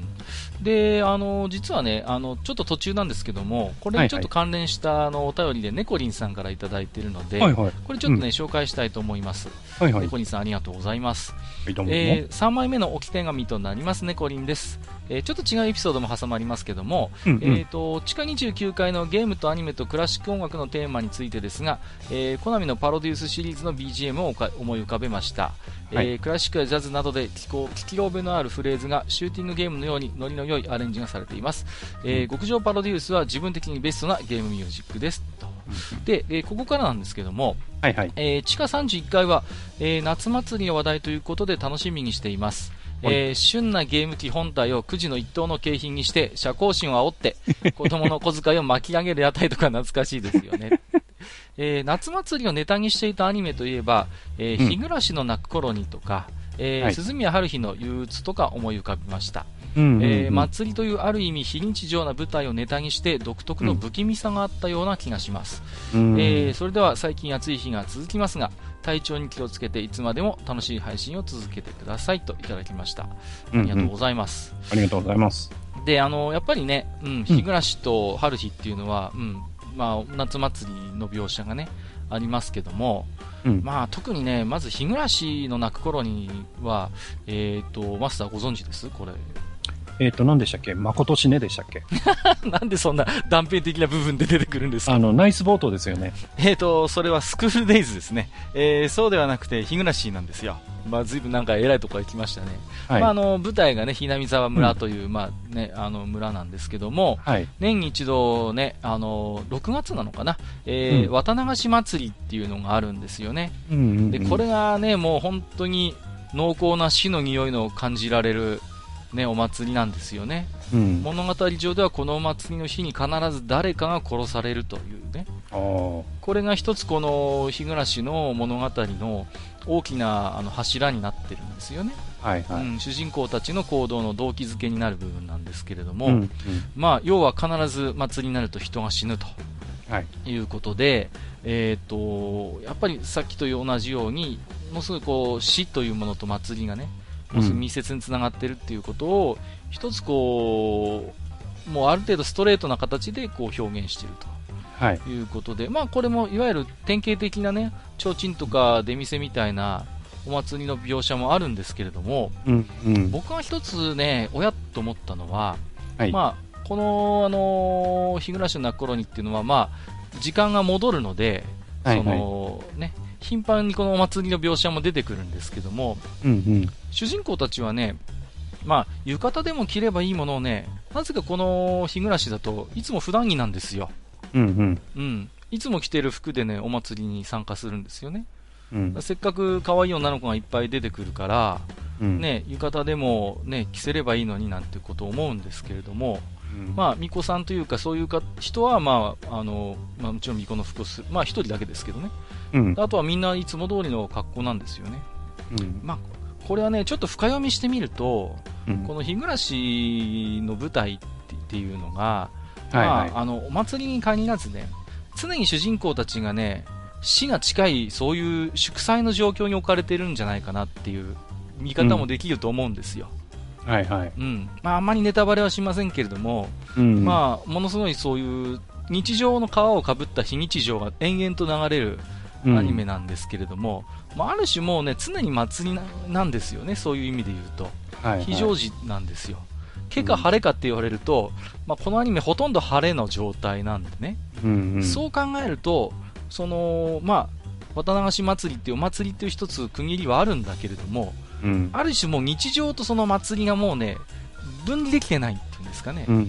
で、あの実はね、あのちょっと途中なんですけども、これにちょっと関連したあのお便りでネコリンさんからいただいているので、はいはい、これちょっとね、うん、紹介したいと思います。はいはい、ネコリンさんありがとうございます。はい、どうもえー、さんまいめの置き手紙となりますネコリンです。えー、ちょっと違うエピソードも挟まりますけども、うんうん、えーと、地下にじゅうきゅうかいのゲームとアニメとクラシック音楽のテーマについてですが、えー、コナミのパロデュースシリーズの ビージーエム を思い浮かべました。はい、えー、クラシックやジャズなどで聞こ聞き覚えのあるフレーズがシューティングゲームのようにノリの良いアレンジがされています。えー、極上パロデュースは自分的にベストなゲームミュージックですと。で、えー、ここからなんですけども、はいはい、えー、地下さんじゅういっかいは、えー、夏祭りの話題ということで楽しみにしています。えー、旬なゲーム機本体をくじの一等の景品にして社交心を煽って子供の小遣いを巻き上げる屋台とか懐かしいですよね。えー、夏祭りをネタにしていたアニメといえば、えー、日暮らしの泣く頃にとか、えーはい、鈴宮春日の憂鬱とか思い浮かびました。うんうんうん、えー、祭りというある意味非日常な舞台をネタにして独特の不気味さがあったような気がします。うん、えー、それでは最近暑い日が続きますが体調に気をつけていつまでも楽しい配信を続けてくださいといただきました。ありがとうございます。 うんうん、ありがとうございます。 で、あのやっぱりね、うん、日暮らしと春日っていうのは、うん、まあ、夏祭りの描写がねありますけども、うん、まあ特にね、まず日暮らしの泣く頃には、えーとマスターご存知ですこれ？ えっ、ー、と、何でしたっけ？まことしねでしたっけ？ なんでそんな断片的な部分で出てくるんですか？ あの、ナイスボートですよね。 えっと、それはスクールデイズですね。えー、そうではなくて、日暮らしなんですよ。まあ、ずいぶんなんか偉いところ行きましたね。はい、まあ、あの、舞台がね、ひなみ沢村という、うん、まあね、あの、村なんですけども、はい、年に一度ね、あの、ろくがつなのかな、えー、うん、綿流し祭りっていうのがあるんですよね。うんうんうん、で、これがね、もう本当に濃厚な死の匂いの感じられる、ね、お祭りなんですよね、うん、物語上ではこのお祭りの日に必ず誰かが殺されるというね、あこれが一つこの日暮らしの物語の大きなあの柱になってるんですよね。 はいはい、うん、主人公たちの行動の動機づけになる部分なんですけれども、うんうん、まあ、要は必ず祭りになると人が死ぬと、はい、いうことで、えー、とやっぱりさっきと同じようにもうすぐこう死というものと祭りがねもうすぐ密接につながっているっていうことを、うん、一つこうもうある程度ストレートな形でこう表現していると、はい、いうことで、まあ、これもいわゆる典型的なね提灯とか出店みたいなお祭りの描写もあるんですけれども、うんうん、僕が一つねおやっと思ったのは、はい、まあ、この、あのー、日暮らしの泣く頃にっていうのは、まあ、時間が戻るので、はいはい、そのね、頻繁にこのお祭りの描写も出てくるんですけども、うんうん、主人公たちはね、まあ、浴衣でも着ればいいものをね、なぜかこの日暮らしだといつも普段着なんですよ、うんうんうん、いつも着てる服でねお祭りに参加するんですよね、うん、せっかく可愛い女の子がいっぱい出てくるから、うんね、浴衣でも、ね、着せればいいのになんてことを思うんですけれども、うん、まあ、巫女さんというかそういうか人は、まああのまあ、もちろん巫女の服をする、まあ、一人だけですけどね、うん、あとはみんないつも通りの格好なんですよね、うんまあ、これはねちょっと深読みしてみると、うん、この日暮らしの舞台っていうのが、はいはい、まあ、あのお祭りに限らずね常に主人公たちがね死が近いそういう祝祭の状況に置かれてるんじゃないかなっていう見方もできると思うんですよ、うんはいはいうんまあ、あんまりネタバレはしませんけれども、うんまあ、ものすごいそういう日常の皮をかぶった非日常が延々と流れるアニメなんですけれども、うんまあ、ある種もうね常に祭り な, なんですよねそういう意味で言うと、はいはい、非常時なんですよけか晴れかって言われると、まあ、このアニメほとんど晴れの状態なんでね、うんうん、そう考えるとその、まあ、綿流し祭りっていうお祭りっていう一つ区切りはあるんだけれども、うん、ある種もう日常とその祭りがもうね分離できてないっていうんですかね、うんうんうん、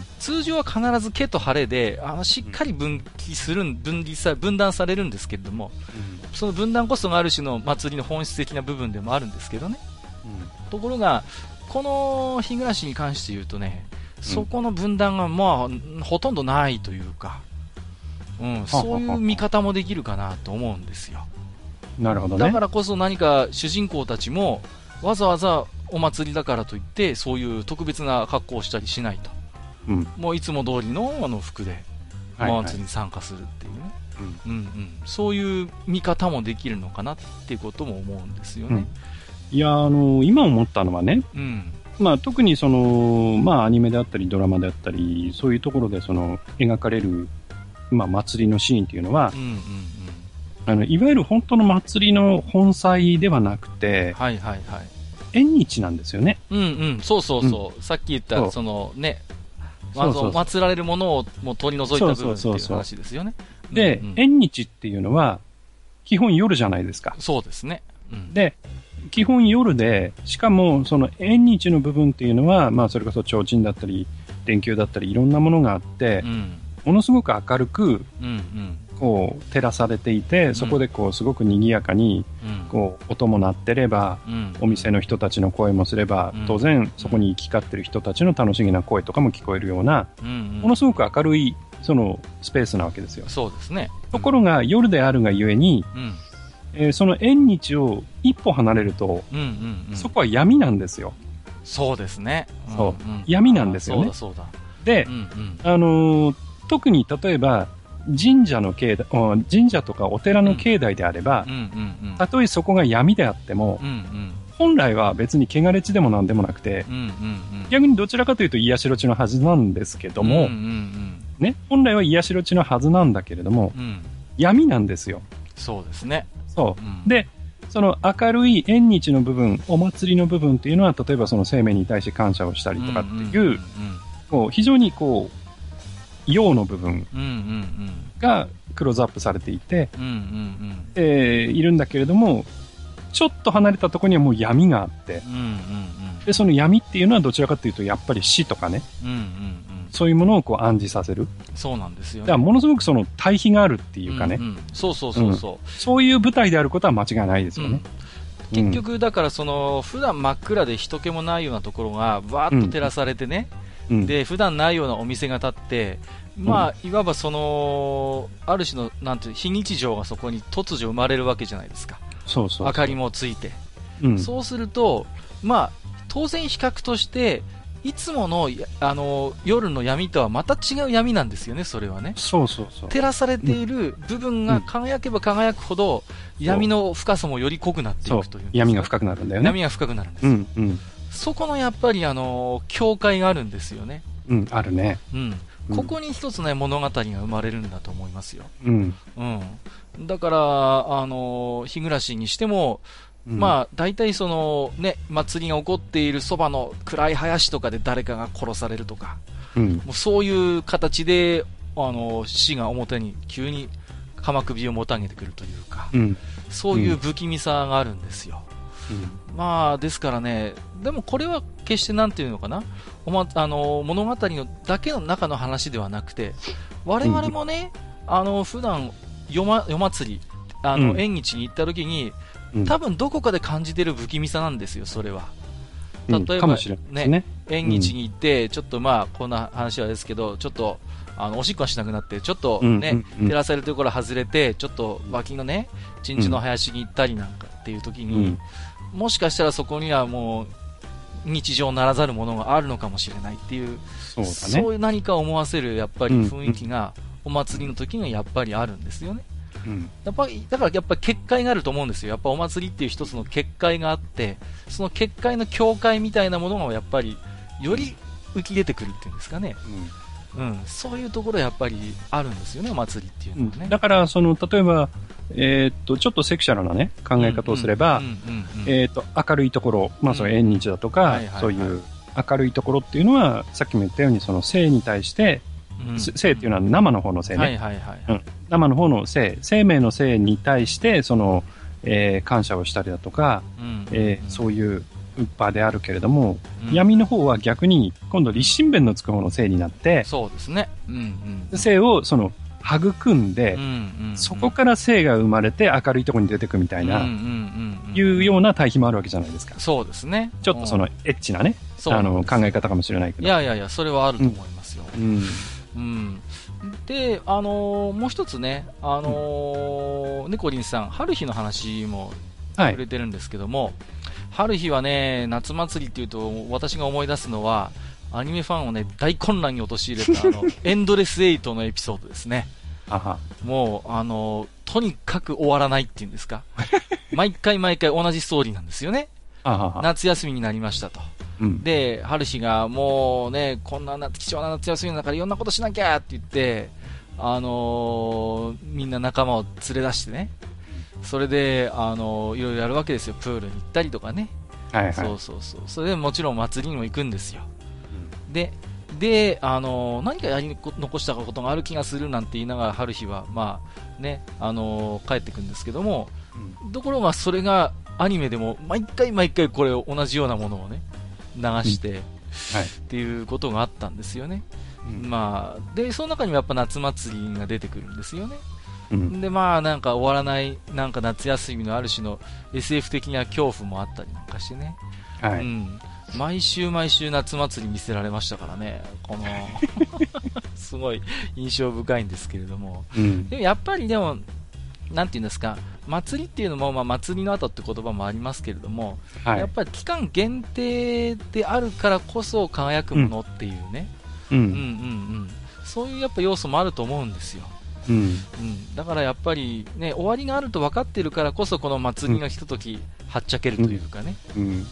通常は必ず毛と晴れであのしっかり分岐する分離さ分断されるんですけれども、うん、その分断こそがある種の祭りの本質的な部分でもあるんですけどね、うん、ところがこの日暮らしに関して言うとねそこの分断がまあほとんどないというか、うん、そういう見方もできるかなと思うんですよ。 なるほどね。 だからこそ何か主人公たちもわざわざお祭りだからといってそういう特別な格好をしたりしないと、うん、もういつも通り の, あの服でお祭りに参加するっていうね、はいはいうんうんうん、そういう見方もできるのかなっていうことも思うんですよね、 うん、いやあの今思ったのはね、うんまあ、特にその、まあ、アニメであったりドラマであったりそういうところでその描かれる、まあ、祭りのシーンっていうのは、うんうんうん、あのいわゆる本当の祭りの本妻ではなくて、はいはいはい、縁日なんですよね。 うんうん、そうそうそう、うん、さっき言ったそのね、まず祀られるものをもう取り除いた部分っていう話ですよね。 で、うんうん、縁日っていうのは基本夜じゃないですか。 そうですね。うん、で基本夜で、しかもその縁日の部分っていうのは、まあそれこそ提灯だったり電球だったりいろんなものがあって、うん、ものすごく明るく、うんうんこう照らされていて、そこでこうすごく賑やかにこう音も鳴ってれば、うん、お店の人たちの声もすれば、うん、当然そこに行き交ってる人たちの楽しげな声とかも聞こえるような、うんうん、ものすごく明るいそのスペースなわけですよ。 そうですね。 うん、ところが夜であるがゆえに、うんえー、その縁日を一歩離れると、うんうんうん、そこは闇なんですよ。 そうですね。 そう、うんうん、闇なんですよね。 そうだそうだ。 で、うんうん、あのー、特に例えば神社の境内、神社とかお寺の境内であれば、うんうんうんうん、たとえそこが闇であっても、うんうん、本来は別に汚れ地でもなんでもなくて、うんうんうん、逆にどちらかというと癒しろ地のはずなんですけども、うんうんうんね、本来は癒しろ地のはずなんだけれども、うん、闇なんですよ。 そうですね。 そう、うん、でその明るい縁日の部分、お祭りの部分っていうのは、例えばその生命に対して感謝をしたりとかっていう、うんうんうんうん、こう非常にこう陽の部分がクローズアップされていて、うんうんうんえー、いるんだけれども、ちょっと離れたところにはもう闇があって、うんうんうん、でその闇っていうのはどちらかというとやっぱり死とかね、うんうんうん、そういうものをこう暗示させる。 そうなんですよね。 だからものすごくその対比があるっていうかね、うんうん、 そうそうそうそう、うん、 そういう舞台であることは間違いないですよね。 うん、結局だからその普段真っ暗で人気もないようなところがわーっと照らされてね、うん、で普段ないようなお店が建って、まあ、いわばそのある種のなんていう非日常がそこに突如生まれるわけじゃないですか。そうそうそう、明かりもついて、うん、そうするとまあ、当然比較として、いつもの、あの、夜の闇とはまた違う闇なんですよね、それはね。 そうそうそう。 照らされている部分が輝けば輝くほど、闇の深さもより濃くなっていくという。 闇が深くなるんだよね。 闇が深くなるんです。うんうん、そこのやっぱり、あの、境界があるんですよね。 うん、あるね。 うん。ここに一つね、物語が生まれるんだと思いますよ。うん。うん。だから、あの、日暮らしにしても、うん、まあ、大体その、ね、祭りが起こっているそばの暗い林とかで誰かが殺されるとか、うん、もうそういう形で、あの、死が表に急に鎌首をもたげてくるというか、うん、そういう不気味さがあるんですよ。うん、まあ、ですからね、でもこれは決してなんていうのかな、おま、あの、物語のだけの中の話ではなくて、我々もね、うん、あの、普段、夜ま、夜祭り、あの、うん、縁日に行った時に、多分どこかで感じてる不気味さなんですよ、それは。例えば、ね、ね、縁日に行って、ちょっとまあ、こんな話はですけど、ちょっと、あの、おしっこはしなくなって、ちょっとね、照らされるところ外れて、ちょっと脇のね、鎮守の林に行ったりなんかっていう時に、もしかしたらそこにはもう、日常ならざるものがあるのかもしれないっていう、そうだね、そういう何か思わせる、やっぱり雰囲気が、お祭りの時にはやっぱりあるんですよね。うん、やっぱりだからやっぱり結界があると思うんですよ。やっぱお祭りっていう一つの結界があって、その結界の境界みたいなものがやっぱりより浮き出てくるっていうんですかね。うんうん、そういうところやっぱりあるんですよね、お祭りっていうのはね。 うん、だからその例えば、えー、っとちょっとセクシャルなね考え方をすれば、えー、っと明るいところ、まあその縁日だとか、そういう明るいところっていうのはさっきも言ったようにその性に対してうん、生っていうのは生の方の生ね、はいはいはいはい、うん、生の方の生、生命の生に対してその、えー、感謝をしたりだとか、うんうんうんえー、そういう場であるけれども、うん、闇の方は逆に今度立身弁のつく方の生になって、 そうですね、うんうん、 生をその育んで、うんうんうん、そこから生が生まれて明るいところに出てくみたいな、うんうんうんうん、いうような対比もあるわけじゃないですか。 そうですね。 ちょっとそのエッチなね、あの考え方かもしれないけど。 いやいやいや、それはあると思いますよ。うんうんうん、で、あのー、もう一つね、あのー、ねこりんさん、春日の話も触れてるんですけども、はい、春日はね、夏祭りっていうと、私が思い出すのは、アニメファンをね、大混乱に陥れた、あの、エンドレスエイトのエピソードですね。あはもう、あのー、とにかく終わらないっていうんですか。毎回毎回同じストーリーなんですよね。あはは夏休みになりましたと。うん、で、春日がもうね、こんな貴重な夏休みの中でいろんなことしなきゃって言って、あのー、みんな仲間を連れ出してね、それで、あのー、いろいろやるわけですよ。プールに行ったりとかね。はいはい、そうそうそう。それでもちろん祭りにも行くんですよ。うん、で、で、あのー、何かやり残したことがある気がするなんて言いながら春日は、まあね、あのー、帰ってくるんですけども、うん、ところがそれがアニメでも毎回毎回これ同じようなものをね、流して、うんはい、っていうことがあったんですよね、うんまあ、でその中にはやっぱ夏祭りが出てくるんですよね、うん、でまあなんか終わらないなんか夏休みのある種の エスエフ 的な恐怖もあったりなんかしてね、はいうん、毎週毎週夏祭り見せられましたからね、このすごい印象深いんですけれども、うん、でもやっぱりでもなんていうんですか、祭りっていうのも、まあ、祭りの後って言葉もありますけれども、はい、やっぱり期間限定であるからこそ輝くものっていうね、うんうんうんうん、そういうやっぱ要素もあると思うんですよ、うんうん、だからやっぱり、ね、終わりがあると分かっているからこそこの祭りが来た時、うん、はっちゃけるというかね、うんうんうんうん、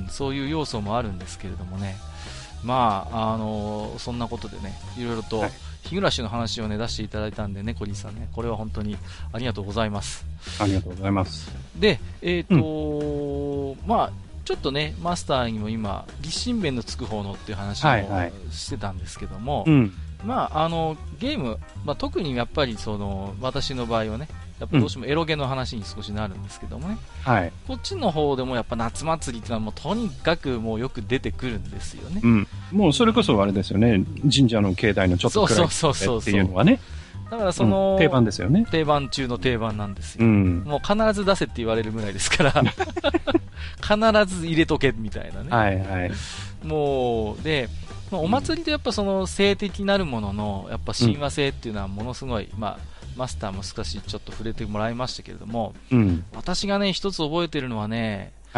そういう要素もあるんですけれどもね、まあ、あのー、そんなことでね、いろいろと、はい日暮らしの話をね出していただいたんでね、コリンさんね、これは本当にありがとうございます。 ありがとうございます。 で、えっ、ー、と、うん、まあちょっとねマスターにも今立身弁のつく方のっていう話をしてたんですけども、はいはいうん、まああのゲーム、まあ特にやっぱりその私の場合はね。やっぱどうしてもエロゲの話に少しなるんですけどもね、うんはい、こっちの方でもやっぱ夏祭りっていうのはもうとにかくもうよく出てくるんですよね、うん、 もうそれこそあれですよね、神社の境内のちょっと暗いっていうのはね、 だからその、 うん、定番ですよね、 定番中の定番なんですよ、うん、もう必ず出せって言われるぐらいですから必ず入れとけみたいなね、はいはい、もうでまあ、お祭りでやっぱその性的なるもののやっぱ親和性っていうのはものすごい、まあマスターも少しちょっと触れてもらいましたけれども、うん、私がね一つ覚えてるのはね、はい、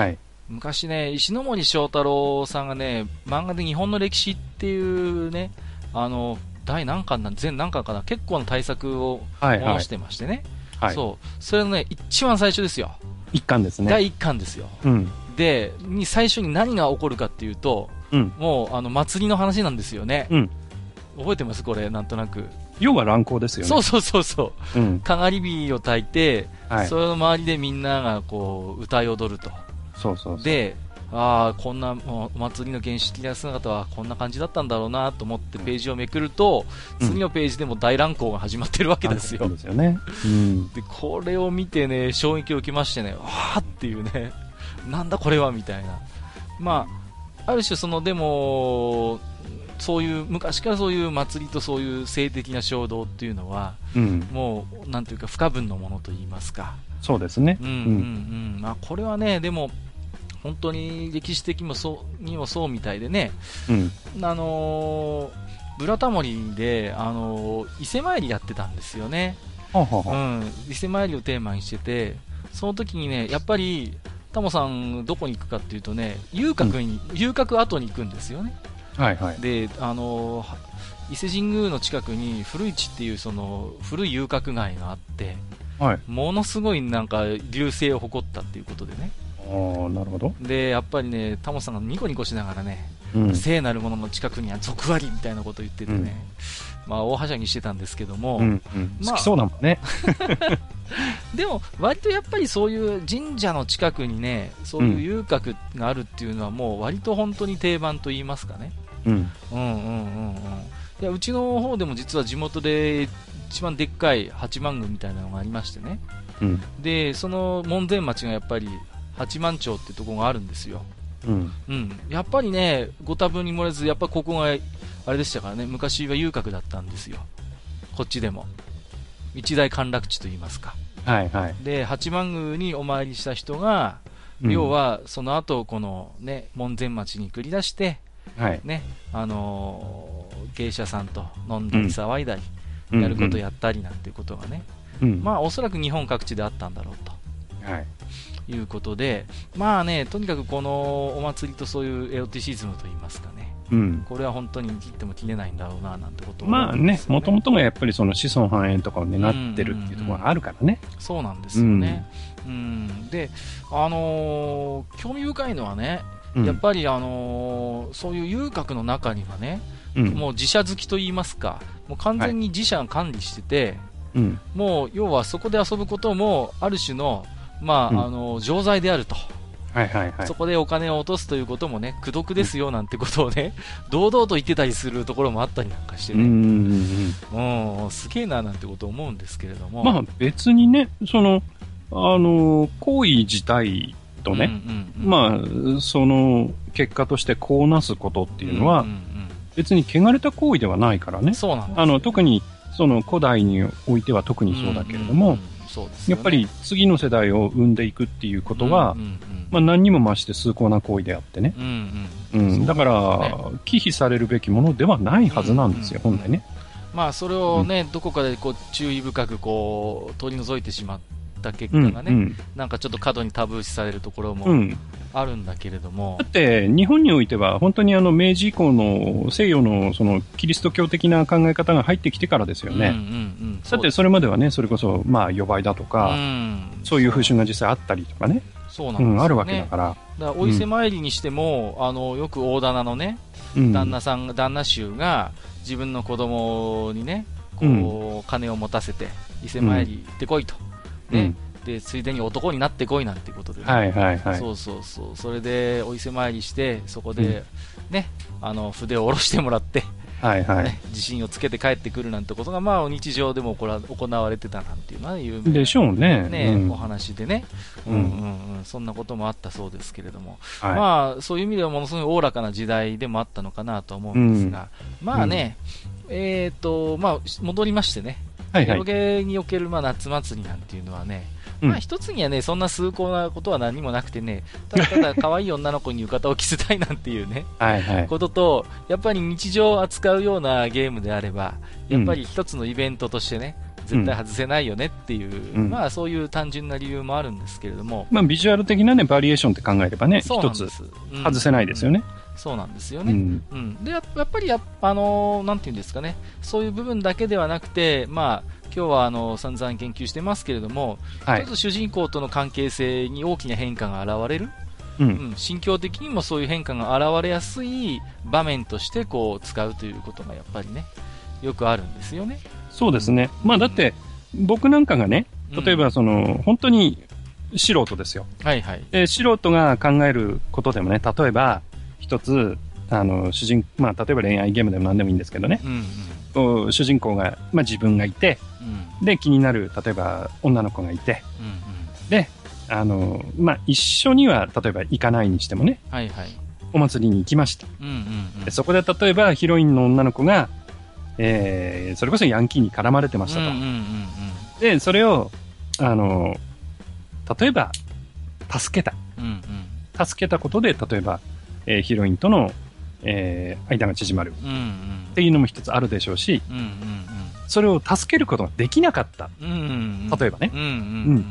昔ね、石ノ森章太郎さんがね、漫画で日本の歴史っていうね、あの、第何巻なん、全何巻かな、結構な大作を催してましてね。はいはい、そう。それのね、一番最初ですよ。 一巻ですね。 第一巻ですよ。うん。で、に最初に何が起こるかっていうと、うん、もう、あの、祭りの話なんですよね。うん。覚えてますこれ、なんとなく。 要は乱行ですよね。 そうそうそうそう。うん。かがり火を焚いて、はい、それの周りでみんながこう、歌い踊ると。 そうそうそう。 で、ああ、こんな、お祭りの原始的な姿はこんな感じだったんだろうなと思ってページをめくると、うん、次のページでも大乱行が始まってるわけですよ。 そうですよね。うん。 で、これを見てね、衝撃を受けましてね、わーっていうね、なんだこれはみたいな。まあ、ある種その、でも、そういう、昔からそういう祭りとそういう性的な衝動っていうのは、うん、もう、なんていうか不可分のものと言いますか。 そうですね。 うんうんうん。まあ、これはね、でも、本当に歴史的にもそうにもそうみたいでね、うん、あのー、ブラタモリで、あのー、伊勢参りやってたんですよね。はははうん、伊勢参りをテーマにしてて、その時にね、やっぱりタモさんどこに行くかっていうとね、遊郭に、うん、遊郭跡に行くんですよね。 はいはい。 で、あのー、伊勢神宮の近くに古市っていうその古い遊郭街があって、はい、ものすごいなんか隆盛を誇ったっていうことでね。 ああ、なるほど。 で、やっぱりね、タモさんがニコニコしながらね、うん、聖なるものの近くには俗ありみたいなことを言っててね、うん、まあ大はしゃぎしてたんですけども、うんうんまあ、好きそうだもんね。 でも、割とやっぱりそういう神社の近くにね、そういう遊郭があるっていうのはもう割と本当に定番と言いますかね。うん。うんうんうんうん。いや、うちの方でも実は地元で一番でっかい八幡宮みたいなのがありましてね。うん、で、その門前町がやっぱり八幡町ってとこがあるんですよ。うん。うん。やっぱりね、ご多分に漏れず、やっぱここが、あれでしたからね、昔は遊郭だったんですよ。こっちでも。一大歓楽地と言いますか。 はいはい。 で、八幡宮にお参りした人が、うん、要は、その後、このね、門前町に繰り出して、はい。ね、あのー、芸者さんと飲んだり騒いだり、うん、やることやったりなんていうことがね、うん、まあ、おそらく日本各地であったんだろうと。はい。いうことで、まあね、とにかくこのお祭りとそういうエロティシズムといいますかね、うん、これは本当に切っても切れないんだろうななんてことを思うんですよね。 まあね、もともとがやっぱりその子孫繁栄とかを願ってるっていうところがあるからね。 うんうんうん、そうなんですよね。うん、うん、で、あのー、興味深いのはね、うん、やっぱり、あのー、そういう遊郭の中にはね、うん、もう自社好きといいますか、もう完全に自社が管理してて、はい、もう要はそこで遊ぶこともある種のまあ、うん、あの常在であると、はいはいはい、そこでお金を落とすということもね、功徳ですよなんてことをね、うん、堂々と言ってたりするところもあったりなんかしてね、うん、うん、すげえななんてことを思うんですけれども、 まあ別にね、そのあの行為自体とね、うんうんうん、まあその結果としてこうなすことっていうのは、うんうんうん、別に汚れた行為ではないからね。 そうなんです。 あの特にその古代においては特にそうだけれども。うんうんうん、そうですね、やっぱり次の世代を生んでいくっていうことは、うんうんうん、まあ、何にも増して崇高な行為であってね、うんうんうん、だから、忌避されるべきものではないはずなんですよ、うんうんうん、本来ね。 まあ、それをね、うん、どこかでこう注意深くこう取り除いてしまった結果がね、うんうん、なんかちょっと過度にタブー視されるところもあるんだけれども、 だって日本においては本当にあの明治以降の西洋のそのキリスト教的な考え方が入ってきてからですよね。うんうんうん、だってそれまではね、それこそまあ予売だとか、うん、そういう風習が実際あったりとかね、 そうなんですよね、うん、 あるわけだから。 だからお伊勢参りにしても、うん、あのよく大棚のね、旦那さん、旦那衆が自分の子供にね、こう、うん、金を持たせて伊勢参り行ってこいと、うん、ね、でついでに男になってこいなんていうことで、ね、 はいはいはい、 そうそうそう、それでお伊勢参りしてそこで、うん、ね、あの筆を下ろしてもらって、はいはい、ね、自信をつけて帰ってくるなんてことが、まあ、日常でも行われてたなんていうのは有名でしょうね、 ね、うん、お話でね、うんうんうん、そんなこともあったそうですけれども、はい、まあ、そういう意味ではものすごいおおらかな時代でもあったのかなと思うんですが、うん、まあね、うん、えーとまあ、戻りましてね、はいはい、エロゲにおける、まあ、夏祭りなんていうのはね、まあ、一つにはね、そんな崇高なことは何もなくてね、ただただ可愛い女の子に浴衣を着せたいなんていうね、はいはい、ことと、やっぱり日常を扱うようなゲームであれば、やっぱり一つのイベントとしてね、 絶対外せないよねっていう、うん、まあそういう単純な理由もあるんですけれども。 まあビジュアル的なね、バリエーションって考えればね、一つ外せないですよね。 うん、そうなんですよね。うん。うん、で、やっぱりや、あのー、なんていうんですかね、そういう部分だけではなくて、まあ、今日はあの散々研究してますけれども、はい、ちょっと主人公との関係性に大きな変化が現れる、うんうん、心境的にもそういう変化が現れやすい場面としてこう使うということがやっぱりね、よくあるんですよね。 そうですね。まあだって、僕なんかがね、例えばその、うん、本当に素人ですよ。はいはい。で、素人が考えることでもね、例えば一つ、あの、主人、まあ例えば恋愛ゲームでも何でもいいんですけどね、うんうん、主人公が、まあ自分がいて、うん、で、気になる、例えば女の子がいて、うんうん、で、あの、まあ、一緒には、例えば行かないにしてもね、はいはい、お祭りに行きました。うんうんうん、でそこで例えばヒロインの女の子が、えー、それこそヤンキーに絡まれてましたと。うんうんうんうん、で、それを、あの、例えば、助けた。うんうん、助けたことで、例えば、えー、ヒロインとの、えー、間が縮まる、うんうん。っていうのも一つあるでしょうし、うんうんうん、それを助けることができなかった。うんうんうん、例えばね、うんうんうん。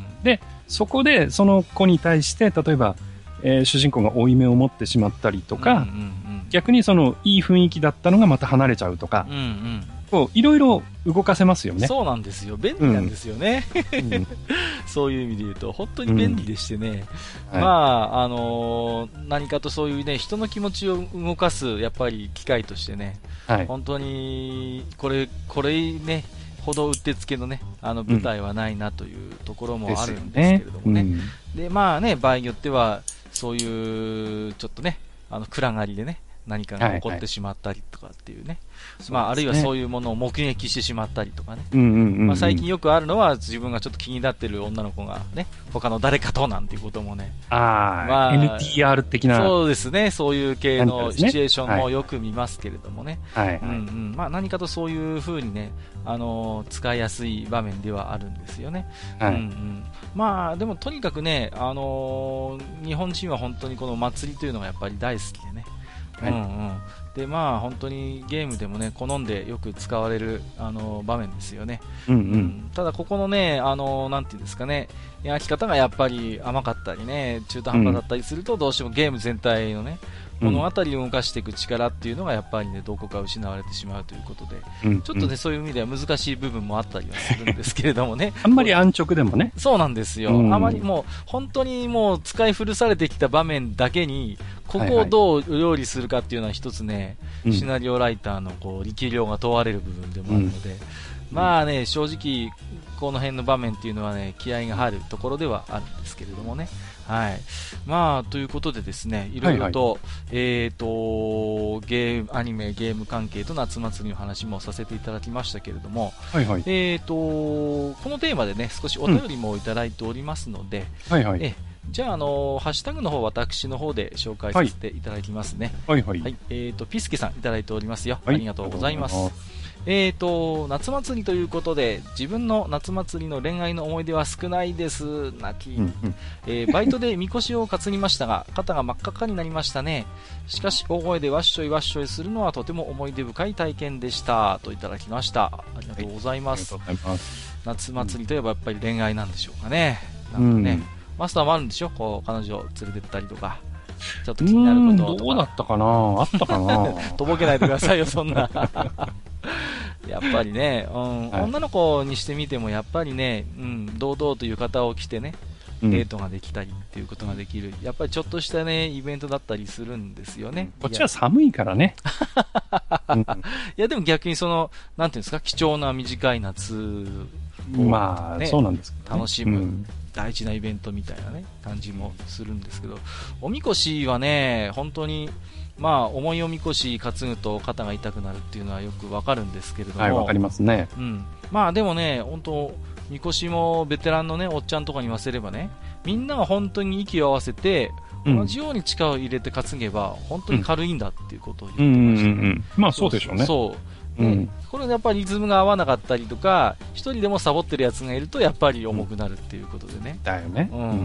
で、そこでその子に対して、例えば、えー、主人公が負い目を持ってしまったりとか、うんうんうん、逆にそのいい雰囲気だったのがまた離れちゃうとか、うんうん、こういろいろ動かせますよね。 そうなんですよ。便利なんですよね。うん、そういう意味で言うと、本当に便利でしてね。うん、まあ、はい、あのー、何かとそういうね、人の気持ちを動かす、やっぱり機会としてね、はい、本当に、これ、これね、ほどうってつけのね、あの舞台はないなというところもあるんですけれどもね。で、ねうん、まあね、場合によっては、そういう、ちょっとね、あの、暗がりでね、何かが起こってしまったりとかっていうね。はいはい、まあ、あるいはそういうものを目撃してしまったりとかね。うんうんうんうん、まあ、最近よくあるのは、自分がちょっと気になってる女の子がね、他の誰かとなんていうこともね。 あ、まあ、エヌティーアール 的な。 そうですね。そういう系のシチュエーションもよく見ますけれどもね。はい。うんうん。まあ、何かとそういう風にね、あのー、使いやすい場面ではあるんですよね。はい。うんうん。まあ、でもとにかくね、あのー、日本人は本当にこの祭りというのがやっぱり大好きでね。はい、うんうん。で、まあ、本当にゲームでもね、好んでよく使われる、あの、場面ですよね。うんうん。うん、ただ、ここのね、あの、なんていうんですかね、焼き方がやっぱり甘かったりね、中途半端だったりすると、どうしてもゲーム全体のね、物語を動かしていく力っていうのがやっぱりね、どこか失われてしまうということで、うん、ちょっとね、そういう意味では難しい部分もあったりはするんですけれどもね。 あんまり安直でもね。 そうなんですよ。うん、あまりもう、本当にもう使い古されてきた場面だけに、ここをどう料理するかっていうのは一つね、はいはい、シナリオライターのこう力量が問われる部分でもあるので、うん、まあね、正直、この辺の場面っていうのはね、気合が入るところではあるんですけれどもね。はい。まあ、ということでですね、いろいろと、はいはい、えっと、ゲーム、アニメ、ゲーム関係と夏祭りの話もさせていただきましたけれども、はいはい、えっと、このテーマでね、少しお便りもいただいておりますので、うん、はいはい。えじゃあ、あのー、ハッシュタグの方、私の方で紹介させていただきますね。はい、はい、はい。えっと、ピスケさんいただいておりますよ。はい、ありがとうございます。えーと、夏祭りということで、自分の夏祭りの恋愛の思い出は少ないです。泣き。うんうん、えー、バイトでみこしを担ぎましたが、肩が真っ赤っかになりましたね。しかし、大声でわっしょいわっしょいするのはとても思い出深い体験でした。といただきました。ありがとうございます。はい、ありがとうございます。夏祭りといえばやっぱり恋愛なんでしょうかね。なんかね。うんマスターもあるんでしょこう、彼女を連れてったりとか。ちょっと気になることとか。 どうだったかなあったかなとぼけないでくださいよ、そんな。やっぱりね、うんはい、女の子にしてみても、やっぱりね、うん、堂々と浴衣を着てね、デートができたりっていうことができる。やっぱりちょっとしたね、イベントだったりするんですよね。 こっちは寒いからね。 うん、いや、でも逆にその、なんていうんですか、貴重な短い夏を、ね、 まあ、そうなんですけど、 ね、楽しむ。うん大事なイベントみたいなね感じもするんですけど、おみこしはね本当にまあ重いおみこし担ぐと肩が痛くなるっていうのはよくわかるんですけれども、 はいわかりますね。 うん、まあでもね本当みこしもベテランのねおっちゃんとかに言わせればねみんなが本当に息を合わせて同じように力を入れて担げば本当に軽いんだっていうことを言ってましたね。うんうんうんうん、 まあそうでしょうね。 そうね、うん、これやっぱりリズムが合わなかったりとか一人でもサボってるやつがいるとやっぱり重くなるっていうことでね、 うん、だよね、 うんうんうん、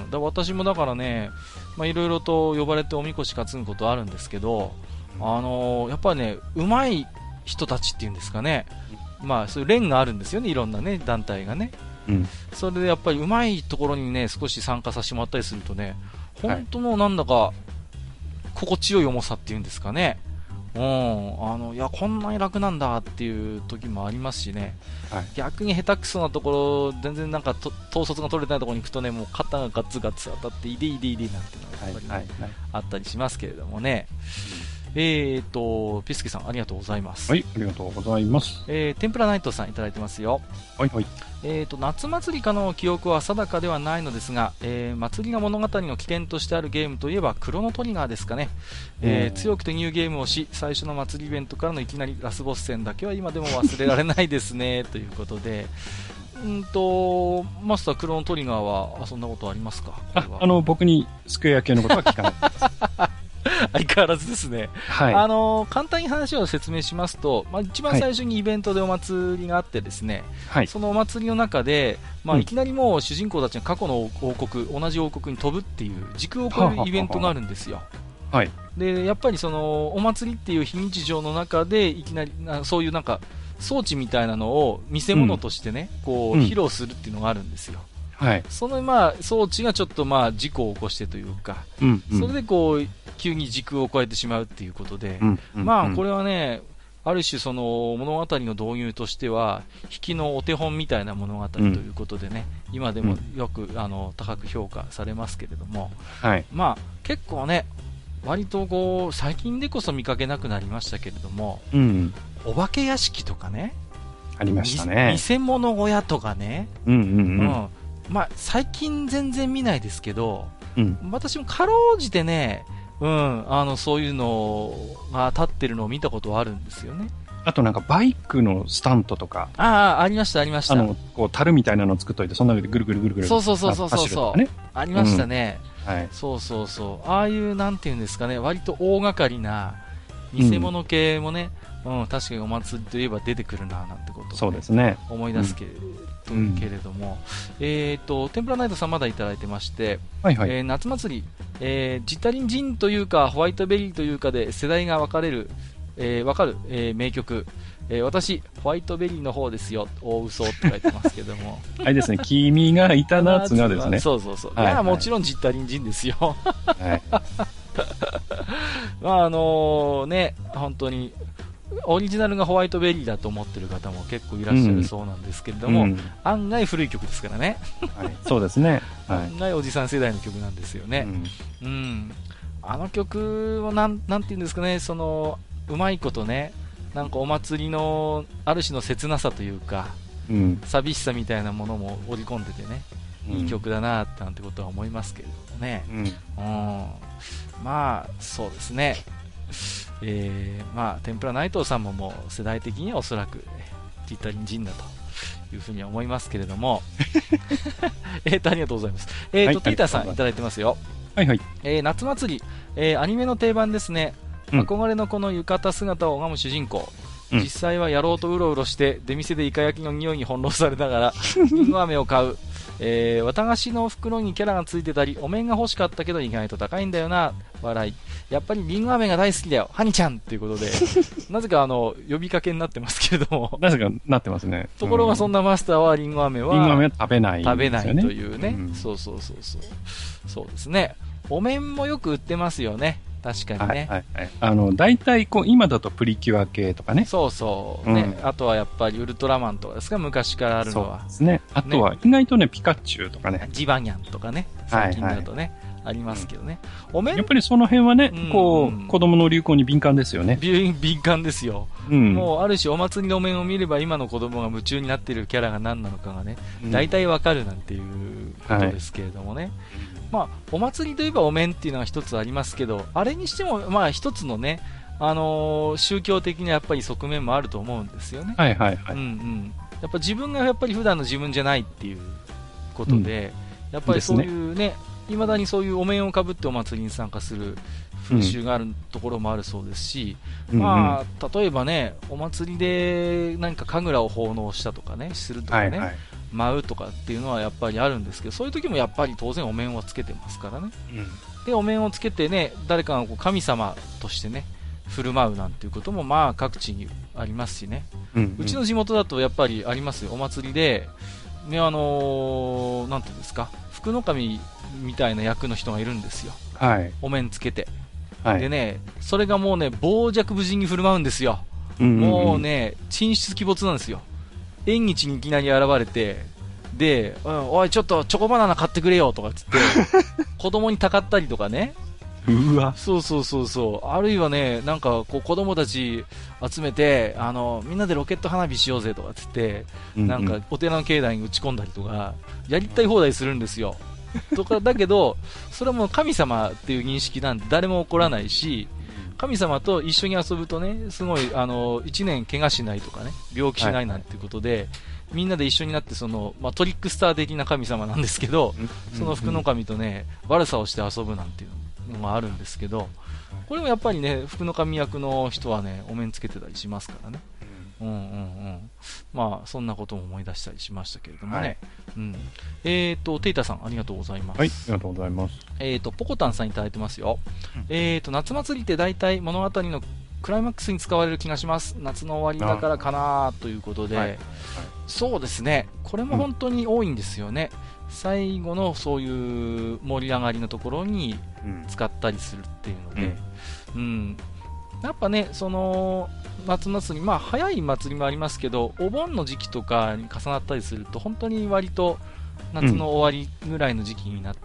だ私もだからねいろいろと呼ばれておみこし担ぐことあるんですけど、あのー、やっぱりね上手い人たちっていうんですかねまあ、そういう連があるんですよね、いろんなね、団体がね。うん、それでやっぱりうまいところにね、少し参加させてもらったりするとね、本当のなんだか、心地よい重さっていうんですかね。うん、あの、いや、こんなに楽なんだっていう時もありますしね。はい、逆に下手くそなところ、全然なんかと統率が取れてないところに行くとね、もう肩がガッツガッツ当たって、いでいでいでなんていうのがやっぱり、ね、はいはいはい、あったりしますけれどもね。えーと、ピスケさんありがとうございます。 はい、ありがとうございます。 えー、天ぷらナイトさんいただいてますよ。 はいはい。 えーと、夏祭りかの記憶は定かではないのですが、えー、祭りが物語の起点としてあるゲームといえばクロノトリガーですかね。えー、強くてニューゲームをし、最初の祭りイベントからのいきなりラスボス戦だけは今でも忘れられないですね、ということで、うんと、マスタークロノトリガーは遊んだことありますか？ あ、あの、僕にスクエア系のことは聞かないです。 相変わらずですね。はい。あの、簡単に話を説明しますと、まあ、一番最初にイベントでお祭りがあってですね、はい、そのお祭りの中で、まあ、いきなりもう主人公たちが過去の王国、同じ王国に飛ぶっていう時空を超えるイベントがあるんですよ。はい。で、やっぱりその、お祭りっていう非日常の中で、いきなり、そういうなんか、装置みたいなのを見せ物としてね、うん、こう、披露するっていうのがあるんですよ。はい、そのまあ装置がちょっとまあ事故を起こしてというか、うんうん、それでこう急に時空を超えてしまうっていうことで、うんうんうん、まあこれはね、ある種その物語の導入としては引きのお手本みたいな物語ということでね、うん、今でもよくあの高く評価されますけれども、はい、まあ結構ね、割とこう最近でこそ見かけなくなりましたけれども、うん、お化け屋敷とかね、 ありましたね。 偽物小屋とかね、うんうんうんうんまあ、最近全然見ないですけど、うん、私もかろうじてね、うん、あのそういうのが立ってるのを見たことはあるんですよね。 あとなんかバイクのスタントとか。 ああ、ありました、ありました。あの、 こう、樽みたいなのを作っといて、そんな上でぐるぐるぐるぐる。 そうそうそうそうそう。ね、ありましたね、うん。はい。そうそうそう。ああいう、なんていうんですかね、割と大掛かりな、偽物系もね、うん、うん、確かにお祭りといえば出てくるな、なんてことを、ね、 そうですね。 思い出すけれど。うんけれども、うん、えっと、天ぷらナイトさんまだいただいてまして、はいはい、えー、夏祭り、えー、ジッタリンジンというか、ホワイトベリーというかで世代が分かれる、えー、分かる、えー、名曲、えー、私、ホワイトベリーの方ですよ、大嘘って書いてますけども。 あれですね、君がいた夏がですね。 そうそうそう。はいはい、いや、もちろんジッタリンジンですよ。はい、まあ、あのー、ね、本当に、オリジナルがホワイトベリーだと思ってる方も結構いらっしゃるそうなんですけれども、うん、案外古い曲ですからね、 はい、そうですね、 はい、案外おじさん世代の曲なんですよね、うん、うん、あの曲はなん、なんていうんですかね、そのうまいことね、なんかお祭りのある種の切なさというか、うん、寂しさみたいなものも織り込んでてね、いい曲だなってなんてことは思いますけれどもね、うんうん、まあそうですね、えー、まあ天ぷら内藤さんももう世代的にはおそらくジッタリンジンだというふうには思いますけれどもえーとありがとうございます。えーと、はい、ティーターさんいただいてますよ。はいはい。えー、夏祭り、えー、アニメの定番ですね、うん、憧れのこの浴衣姿を拝む主人公、うん、実際はやろうとうろうろして出店でイカ焼きの匂いに翻弄されながらリンゴ飴を買うえー、綿菓子の袋にキャラがついてたり、お面が欲しかったけど意外と高いんだよな、笑い。やっぱりリンゴ飴が大好きだよ、ハニちゃんということで、なぜかあの呼びかけになってますけれども、 なぜかなってますね。 ところがそんなマスターはリンゴ飴は、 リンゴ飴は食べない、 ね、食べないというね、うん、そうそうそうそう、そうですね。お面もよく売ってますよね。確かにね。はいはいはい、 あの大体こう今だとプリキュア系とかね。 そうそうね、うん。あとはやっぱりウルトラマンとかですか、昔からあるのは。 そうですね。あとは意外とね、ピカチュウとかね。 ジバニャンとかね。最近だとね。はいはい、ありますけどね、 うん、お面やっぱりその辺はね、うん、こう子供の流行に敏感ですよね。 敏感ですよ、うん、もうある種お祭りのお面を見れば今の子供が夢中になっているキャラが何なのかがね、うん、大体わかるなんていうことですけれどもね、はい、まあ、お祭りといえばお面っていうのが一つありますけど、あれにしてもまあ一つのね、あのー、宗教的なやっぱり側面もあると思うんですよね。はいはいはい、うんうん、やっぱ自分がやっぱり普段の自分じゃないっていうことで、うん、やっぱりそういうね、いまだにそういうお面をかぶってお祭りに参加する風習があるところもあるそうですし、うん、まあ、例えばね、お祭りで何か神楽を奉納したとかね、するとかね、はいはい、舞うとかっていうのはやっぱりあるんですけど、そういう時もやっぱり当然お面をつけてますからね、うん、でお面をつけてね、誰かがこう神様としてね、 振る舞うなんていうこともまあ各地にありますしね、 うんうん、 うちの地元だとやっぱりありますよ。お祭りで、ね、あのー、なんていうんですか、福の神みたいな役の人がいるんですよ、 はい、 お面つけて、 はい、 でね、それがもうね傍若無人に振る舞うんですよ、 うんうんうん、 もうね神出鬼没なんですよ。縁日にいきなり現れて、で、うん、おいちょっとチョコバナナ買ってくれよとかっつって子供にたかったりとかね、 うわ、 そうそうそうそう、あるいはね、なんかこう子供たち集めて、あのみんなでロケット花火しようぜとかっつって、うんうん、なんかお寺の境内に打ち込んだりとか、やりたい放題するんですよ。とかだけど、それはもう神様っていう認識なんで誰も怒らないし、神様と一緒に遊ぶとね、すごいあのいちねん怪我しないとかね、病気しないなんていうことで、はい、みんなで一緒になってその、まあ、トリックスター的な神様なんですけど、その福の神とね悪さをして遊ぶなんていうのがあるんですけど、これもやっぱりね福の神役の人はねお面つけてたりしますからね、うんうんうん、まあそんなことも思い出したりしましたけれどもね、はい、うん、えーとテイタさんありがとうございます。 はい、ありがとうございます。 えーとポコタンさんいただいてますよ、うん、えーと夏祭りって大体物語のクライマックスに使われる気がします。夏の終わりだからかなということで、はいはい、そうですね、これも本当に多いんですよね、うん、最後のそういう盛り上がりのところに使ったりするっていうので、うんうん、やっぱねその夏祭り、まあ早い祭りもありますけど、お盆の時期とかに重なったりすると本当に割と夏の終わりぐらいの時期になって、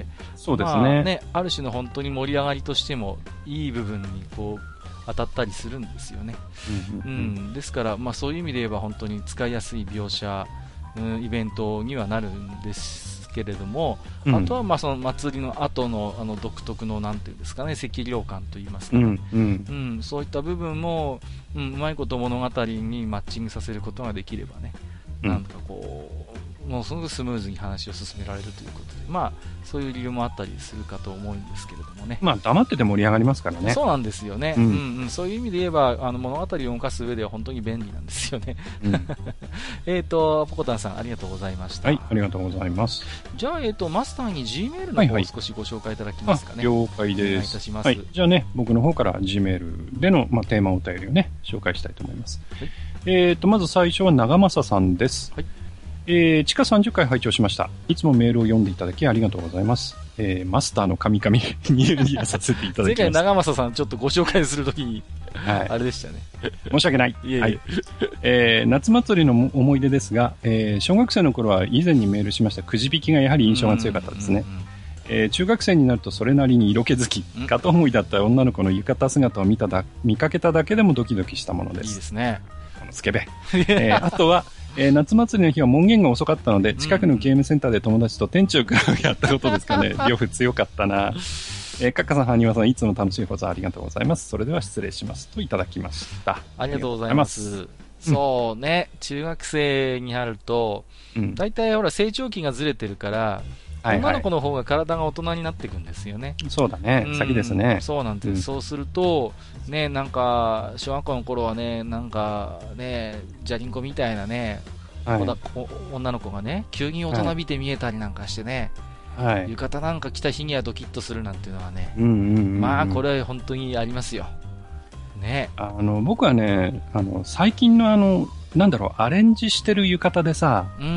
うん、そうですね、 まあね、ある種の本当に盛り上がりとしてもいい部分にこう当たったりするんですよね、うんうんうん、ですから、まあ、そういう意味で言えば本当に使いやすい描写、うん、イベントにはなるんですけれども、うん、あとはまあその祭りの後のあの独特のなんていうんですかね、赤涼感といいますか、ね、うんうんうん、そういった部分も、うん、うまいこと物語にマッチングさせることができればね、うん、なんかこうもうすごくスムーズに話を進められるということで、まあそういう理由もあったりするかと思うんですけれどもね。 まあ黙ってて盛り上がりますからね。 そうなんですよね、うんうんうん、そういう意味で言えばあの物語を動かす上では本当に便利なんですよね、うん、えっとポコタンさんありがとうございました。 はい、ありがとうございます。 じゃあ、えーと、マスターに G メールの方を少しご紹介いただけますかね。 はいはい、了解です。お願いいたします。 はい、じゃあね、僕の方から G メールでの、まあ、テーマお便りをね紹介したいと思います。はい、えーとまず最初は長政さんです。はい、えー、地下さんじゅっかい拝聴しました。いつもメールを読んでいただきありがとうございます。えー、マスターの神々に入れさせていただきます。前回長政さんちょっとご紹介するときに、はい、あれでしたね。 申し訳ない。 いえいえ、はい、 えー、夏祭りの思い出ですが、えー、小学生の頃は以前にメールしましたくじ引きがやはり印象が強かったですね。えー、中学生になるとそれなりに色気づき、片思いだった女の子の浴衣姿を見ただ見かけただけでもドキドキしたものです。 いいですね。 このスケベ。えー、あとはえー、夏祭りの日は門限が遅かったので近くのゲームセンターで友達と天中クラブやったことですかね。両夫強かったな。えー、カッカさん、ハニワさん、いつも楽しい放送ありがとうございます。それでは失礼しますといただきました。 ありがとうございます。そうね、うん、中学生になると、だいたいほら成長期がずれてるから、はいはい、女の子の方が体が大人になっていくんですよね。 そうだね、うん、先ですね。 そうなんです、うん、そうするとね、なんか小学校の頃はね、なんかね、ジャリンコみたいなね、はい、女の子がね急に大人びて見えたりなんかしてね、はい、浴衣なんか着た日にはドキッとするなんていうのはね、うんうんうんうん、まあこれは本当にありますよね。 あの僕はね、あの最近のあのなんだろう、アレンジしてる浴衣でさ、うんうんうん、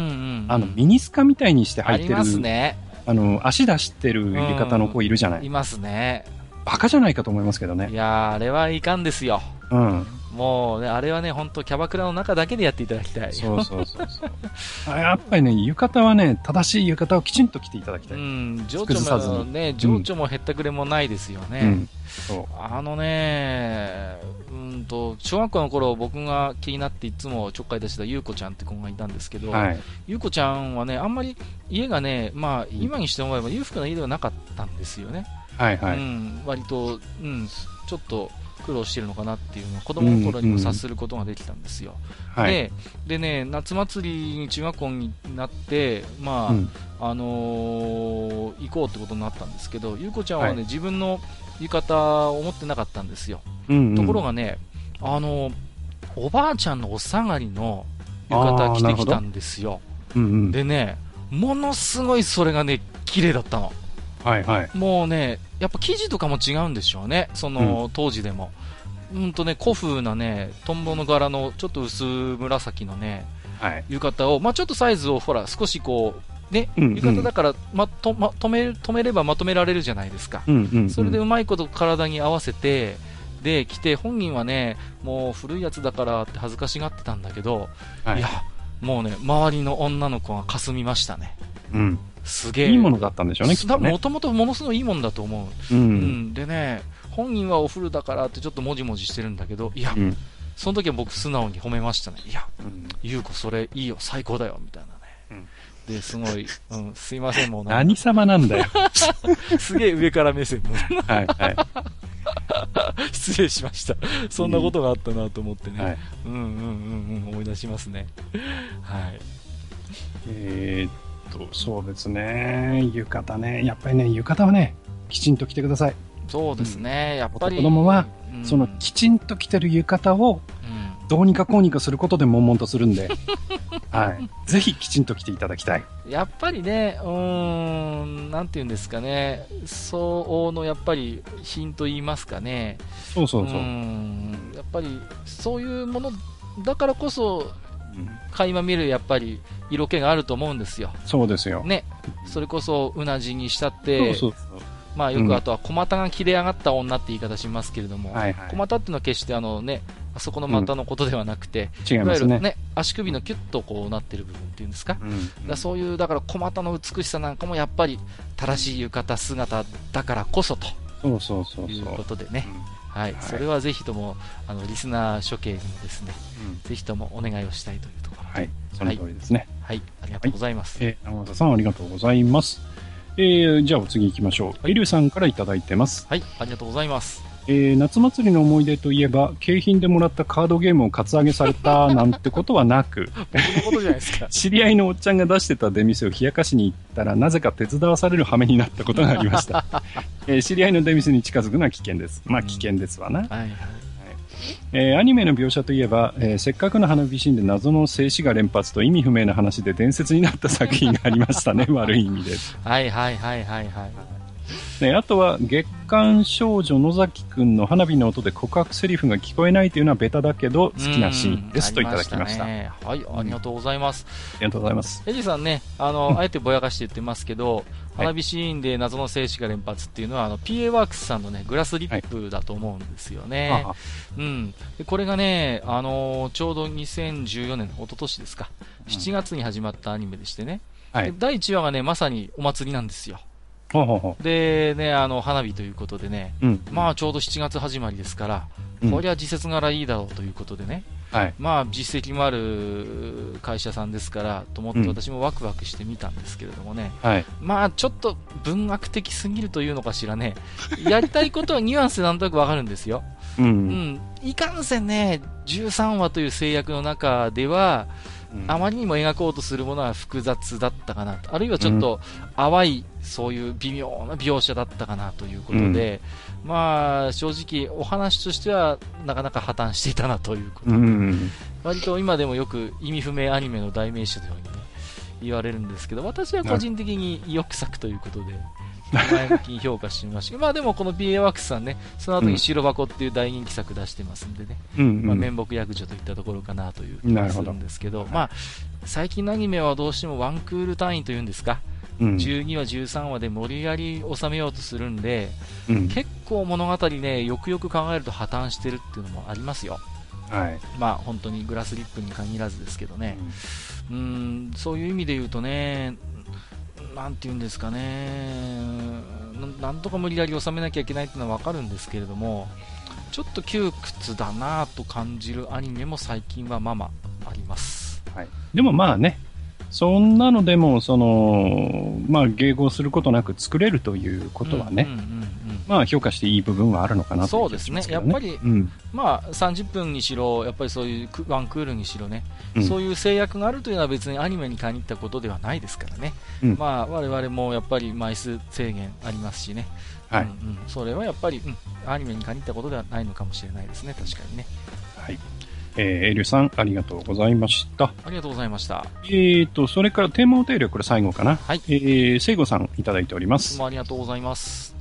あのミニスカみたいにして履いてる、ありますね、あの足出してる浴衣の子いるじゃない、 うん、いますね。 バカじゃないかと思いますけどね。 いやあれはいかんですよ、うん、もうね、あれはね本当キャバクラの中だけでやっていただきたい。 そうそうそうそうあ、やっぱりね浴衣はね、正しい浴衣をきちんと着ていただきたい。うん、 情緒もね、情緒もへったくれもないですよね、うん、そうあのね、うんと小学校の頃僕が気になっていつもちょっかい出した優子ちゃんって子がいたんですけど、はい、優子ちゃんはねあんまり家がね、まあ今にして思えば裕福な家ではなかったんですよね。はいはい、うん、割と、うん、ちょっと苦労してるのかなっていうのは子供の頃にも察することができたんですよ、うんうん、で, でね、夏祭りに中学校になって、まあ、うん、あのー、行こうってことになったんですけど、ゆうこちゃんはね、はい、自分の浴衣を持ってなかったんですよ、うんうん、ところがね、あのー、おばあちゃんのお下がりの浴衣着てきたんですよ、うんうん、でね、ものすごいそれがね綺麗だったの。はいはい、もうね、やっぱ生地とかも違うんでしょうね、その、うん、当時でもうんとね、古風なね、トンボの柄のちょっと薄紫のね、はい、浴衣を、まあちょっとサイズをほら、少しこう、ね、うんうん、浴衣だから、ま、と、ま、止め、止めればまとめられるじゃないですか。うんうんうん、それでうまいこと体に合わせて、で、着て、本人はね、もう古いやつだからって恥ずかしがってたんだけど、はい、いや、もうね、周りの女の子がかすみましたね。うん。すげえ。 いいものだったんでしょうね、きっとね。 もともとものすごいいいものだと思う。うん。うん、でね、本人はお古だからってちょっともじもじしてるんだけど、いや、うん、その時は僕素直に褒めましたね。いや、うん、優子それいいよ、最高だよ、みたいなね。うん、で、すごい、うん、すいません、もう何様なんだよ。 すげえ上から目線の。 はい、はい。 失礼しました。そんなことがあったなと思ってね。はい、うんうんうんうん、思い出しますね。はい。 えー、っと、そうですね。浴衣ね。やっぱりね、浴衣はね、きちんと着てください。 そうですね。うん、やっぱり。 子供は、うん、そのきちんと着てる浴衣を、どうにかこうにかすることで悶々とするんで、はい。ぜひきちんと着ていただきたい。 やっぱりね、うーん、なんていうんですかね、相応のやっぱり品と言いますかね。 そうそうそう。うーん、やっぱりそういうものだからこそ、垣間見るやっぱり色気があると思うんですよ。 そうですよ。 ね。それこそうなじにしたって、そうそうそう。まあよくあとは小股が切れ上がった女って言い方しますけれども、はいはい、小股っていうのは決してあのね、あそこの股のことではなくて、 うん、違いますね。いわゆるね、足首のキュッとこうなってる部分っていうんですか。うんうん、だそういうだから小股の美しさなんかもやっぱり正しい浴衣姿だからこそと、 そうそうそうそういうことでね。うん、はい、はい、それはぜひともあのリスナー諸兄にもですね、うん、ぜひともお願いをしたいというところで、 はい、その通りですね。 はい、はい、ありがとうございます。 はい、えー、山本さんありがとうございます。えー、じゃあお次行きましょう。エリュウさんからいただいてます。 はい、ありがとうございます。 えー、夏祭りの思い出といえば、景品でもらったカードゲームをカツアゲされたなんてことはなく、 僕のことじゃないですか。 知り合いのおっちゃんが出してた出店を冷やかしに行ったら、なぜか手伝わされる羽目になったことがありました。えー、知り合いの出店に近づくのは危険です。まあ危険ですわな。はいはい。えー、アニメの描写といえば、えー、せっかくの花火シーンで謎の静止画連発と意味不明な話で伝説になった作品がありましたね。悪い意味で。 はいはいはいはいはい。 ね、あとは月刊少女野崎くんの花火の音で告白セリフが聞こえないというのはベタだけど好きなシーンですといただきました。 ね、はい、ありがとうございます。 ありがとうございます。 エジさんね、あの、あえてぼやかして言ってますけど、花火シーンで謎の静止画連発っていうのは、あの、ピーエー ワークスさんのね、グラスリップだと思うんですよね。はい、うん。で、これがね、あのー、ちょうどにせんじゅうよねん、一昨年ですか、しちがつに始まったアニメでしてね。はい、でだいいちわがね、まさにお祭りなんですよ。 ほうほうほうでね、あの花火ということでね、うん、まあちょうどしちがつ始まりですから、うん、こりゃ時節柄いいだろうということでね、はい、まあ実績もある会社さんですからと思って私もワクワクしてみたんですけれどもね、うん、まあちょっと文学的すぎるというのかしらね、やりたいことはニュアンスでなんとなくわかるんですよ。うん、うん、いかんせんね、じゅうさんわという制約の中では、うん、あまりにも描こうとするものは複雑だったかなと、あるいはちょっと淡いそういう微妙な描写だったかなということで、うん、まあ正直お話としてはなかなか破綻していたなということで、うん、割と今でもよく意味不明アニメの代名詞のように、ね、言われるんですけど、私は個人的に意欲作ということで前向きに評価してみましたけど、まあでもこの ビーエー ワークスさんね、その後に白箱っていう大人気作出してますんでね、うん、まあ、面目役女といったところかなという気がするんですけど、どまあ最近のアニメはどうしてもワンクール単位というんですか、うん、じゅうにわじゅうさんわで無理やり収めようとするんで、うん、結構物語ね、よくよく考えると破綻してるっていうのもありますよ。はい、まあ本当にグラスリップに限らずですけどね、うん、うーんそういう意味で言うとね、なんていうんですかね、な、なんとか無理やり収めなきゃいけないっていうのは分かるんですけれども、ちょっと窮屈だなと感じるアニメも最近はままあります。 はい、でもまあね、そんなのでもその、まあ、迎合することなく作れるということはね、うんうんうんうん、まあ、評価していい部分はあるのかなという気がしますけどね。 そうですね、やっぱり、うん、まあ、さんじゅっぷんにしろ、やっぱりそういうワンクールにしろね、うん、そういう制約があるというのは別にアニメに限ったことではないですからね、うん、まあ、我々もやっぱり枚数制限ありますしね、はい、うんうん、それはやっぱり、うん、アニメに限ったことではないのかもしれないですね、確かにね。 はい、えー、エリュさんありがとうございました。 ありがとうございました。 えーとそれからテーマお便りはこれ最後かな。はい。えー、聖子さんいただいております。 どうもありがとうございます。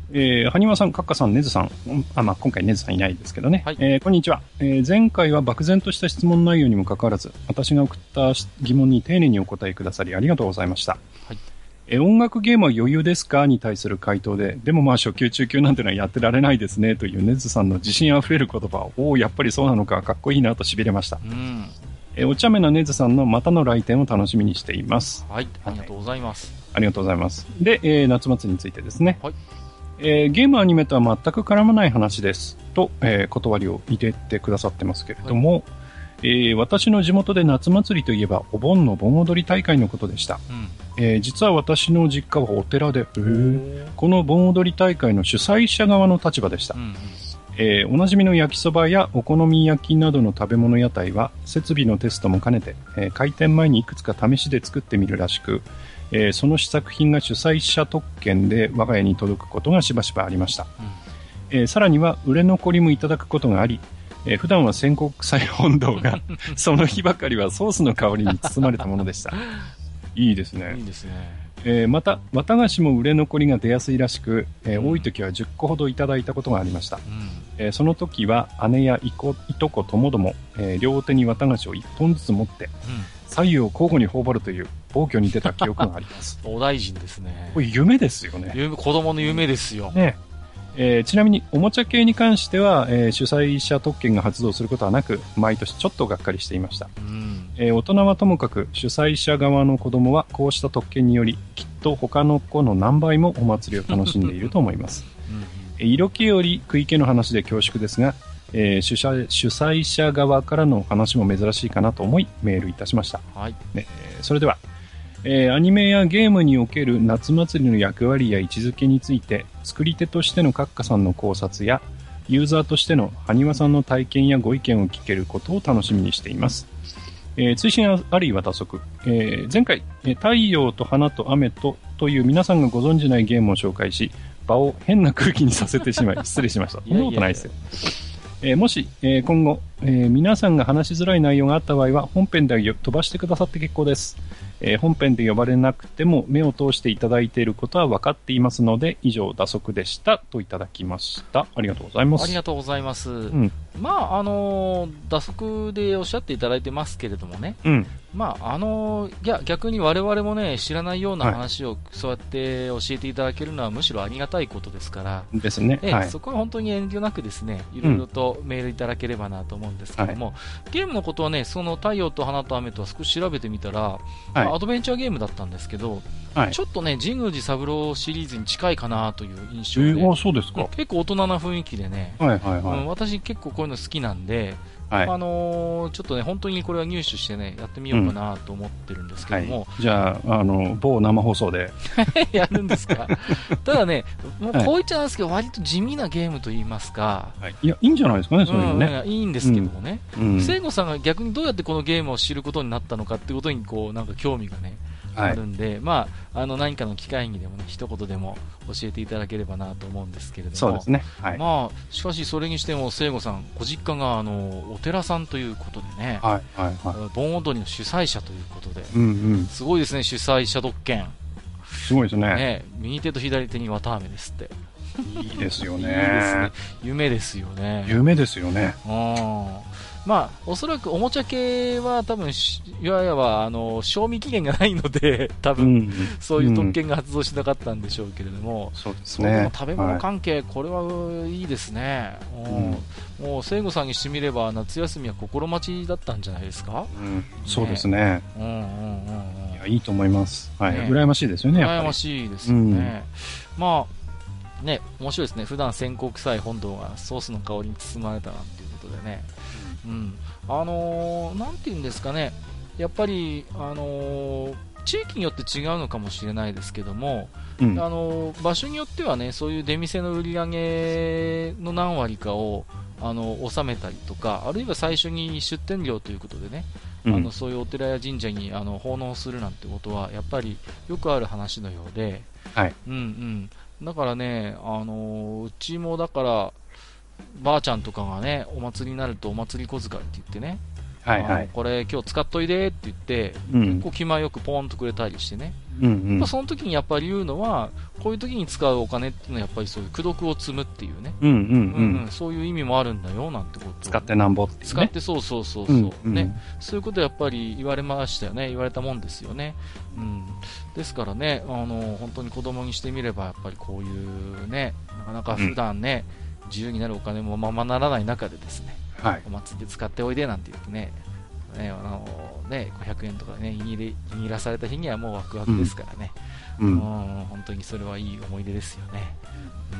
えー、はにわさん、かっかさん、ねずさん、あ、まあ、今回ねずさんいないですけどね。 はい、 えー、こんにちは、えー。前回は漠然とした質問内容にもかかわらず、私が送った疑問に丁寧にお答えくださりありがとうございました。はい、えー、音楽ゲームは余裕ですかに対する回答で、でもまあ初級中級なんてのはやってられないですねというねずさんの自信あふれる言葉、おお、やっぱりそうなのか、かっこいいなと痺れました。うん、えー、お茶目なねずさんのまたの来店を楽しみにしています。 はい、ありがとうございます。 ありがとうございます。で、えー、夏祭りについてですね。はい、えー、ゲームアニメとは全く絡まない話ですと、えー、断りを入れてくださってますけれども、はい、えー、私の地元で夏祭りといえばお盆の盆踊り大会のことでした。うん、えー、実は私の実家はお寺で、この盆踊り大会の主催者側の立場でした。うん、えー、おなじみの焼きそばやお好み焼きなどの食べ物屋台は設備のテストも兼ねて、えー、開店前にいくつか試しで作ってみるらしく、えー、その試作品が主催者特権で我が家に届くことがしばしばありました。うん、えー、さらには売れ残りもいただくことがあり、えー、普段は線香臭い本堂がその日ばかりはソースの香りに包まれたものでした。いいですね。 いいですね。 えー、また綿菓子も売れ残りが出やすいらしく、えーうん、多い時はじゅっこほどいただいたことがありました。うん、えー、その時は姉やいこ、いとこともども、えー、両手に綿菓子をいっぽんずつ持って、うん、左右を交互に頬張るという暴挙に出た記憶があります。 お大臣ですね。 これ夢ですよね。 夢、子供の夢ですよ。 ね、えー、ちなみにおもちゃ系に関しては、えー、主催者特権が発動することはなく、毎年ちょっとがっかりしていました。うん、えー、大人はともかく主催者側の子供はこうした特権によりきっと他の子の何倍もお祭りを楽しんでいると思います。うん、色気より食い気の話で恐縮ですが、えー、主催、主催者側からの話も珍しいかなと思いメールいたしました。はい、ね、それでは、えー、アニメやゲームにおける夏祭りの役割や位置づけについて作り手としてのカッカさんの考察やユーザーとしての埴輪さんの体験やご意見を聞けることを楽しみにしています。えー、追伸あるいは打足、えー、前回、えー、太陽と花と雨とという皆さんがご存じないゲームを紹介し場を変な空気にさせてしまい失礼しました。そんなことないですよ。えー、もし、えー、今後、えー、皆さんが話しづらい内容があった場合は本編で飛ばしてくださって結構です。えー、本編で呼ばれなくても目を通していただいていることは分かっていますので以上打足でしたといただきました。ありがとうございます。 ありがとうございます。うん、まああのー、打足でおっしゃっていただいてますけれどもね、うん、まああのー、いや逆に我々もね知らないような話をそうやって教えていただけるのはむしろありがたいことですからですね、 えーはい、そこは本当に遠慮なくですねいろいろとメールいただければなと思うんですけども、うんはい、ゲームのことはねその太陽と花と雨とは少し調べてみたら、はいまあ、アドベンチャーゲームだったんですけど、はい、ちょっとね神宮寺三郎シリーズに近いかなという印象で、えー、あそうですか、 結構大人な雰囲気でね、はいはいはいうん、私結構こういうの好きなんで、はいあのー、ちょっとね本当にこれは入手してねやってみようかなと思ってるんですけども、うんはい、 じゃあ、あの某生放送でやるんですかただねもうこう言っちゃうんですけど、はい、割と地味なゲームと言いますか、 はい、いやいいんじゃないですかね、そういうのね、 うん、いいんですけどもね、うんうん、聖子さんが逆にどうやってこのゲームを知ることになったのかってことにこうなんか興味がねあるんで、はい、まあ、あの何かの機会にでもね一言でも教えていただければなと思うんですけれども、 そうですね、はい、 まあしかしそれにしても聖子さんご実家があのお寺さんということでね、はいはいはい、盆踊りの主催者ということで、うんうん、すごいですね主催者特権すごいです ね, ね右手と左手に綿あめですっていいですよ ね, いいですね夢ですよね夢ですよねうんまあ、おそらくおもちゃ系は多分いわゆるあの賞味期限がないので多分、うん、そういう特権が発動しなかったんでしょうけれども、 うん、そうですね、 も食べ物関係、はい、これはいいですね、うん、もう聖子さんにしてみれば夏休みは心待ちだったんじゃないですか、 うん、ね、そうですね、うんうんうんうん、いやいいと思います、はいね、羨ましいですよね、 羨ましいですよね、うん、まあね面白いですね、普段線香臭い本堂がソースの香りに包まれたなんていうことでね、うん、あのー、なんていうんですかね、やっぱり、あのー、地域によって違うのかもしれないですけども、うん、あのー、場所によってはね、そういう出店の売り上げの何割かを、あの納めたりとか、あるいは最初に出店料ということでね、うん、あのそういうお寺や神社にあの奉納するなんてことはやっぱりよくある話のようで、はいうんうん、だからね、あのうちもだからばあちゃんとかがねお祭りになるとお祭り小遣いって言ってね、 はいはい、 これ今日使っといでって言って、うん、結構気前よくポンとくれたりしてね、うんうん、その時にやっぱり言うのは、こういう時に使うお金っていうのはやっぱりそういう功徳を積むっていうね、うんうんうんうんうん、そういう意味もあるんだよなんてことを使ってなんぼっていうね、 使ってそうそうそうそう、うんうん、ね、そういうことやっぱり言われましたよね、言われたもんですよね、うん、ですからね、あの本当に子供にしてみればやっぱりこういうね、なかなか普段ね、うん、自由になるお金もままならない中でですね、はい、お祭りで使っておいでなんて言ってね、ね、あのね、ごひゃくえんとかね、握らされた日にはもうワクワクですからね、うんうん、本当にそれはいい思い出ですよね。うん、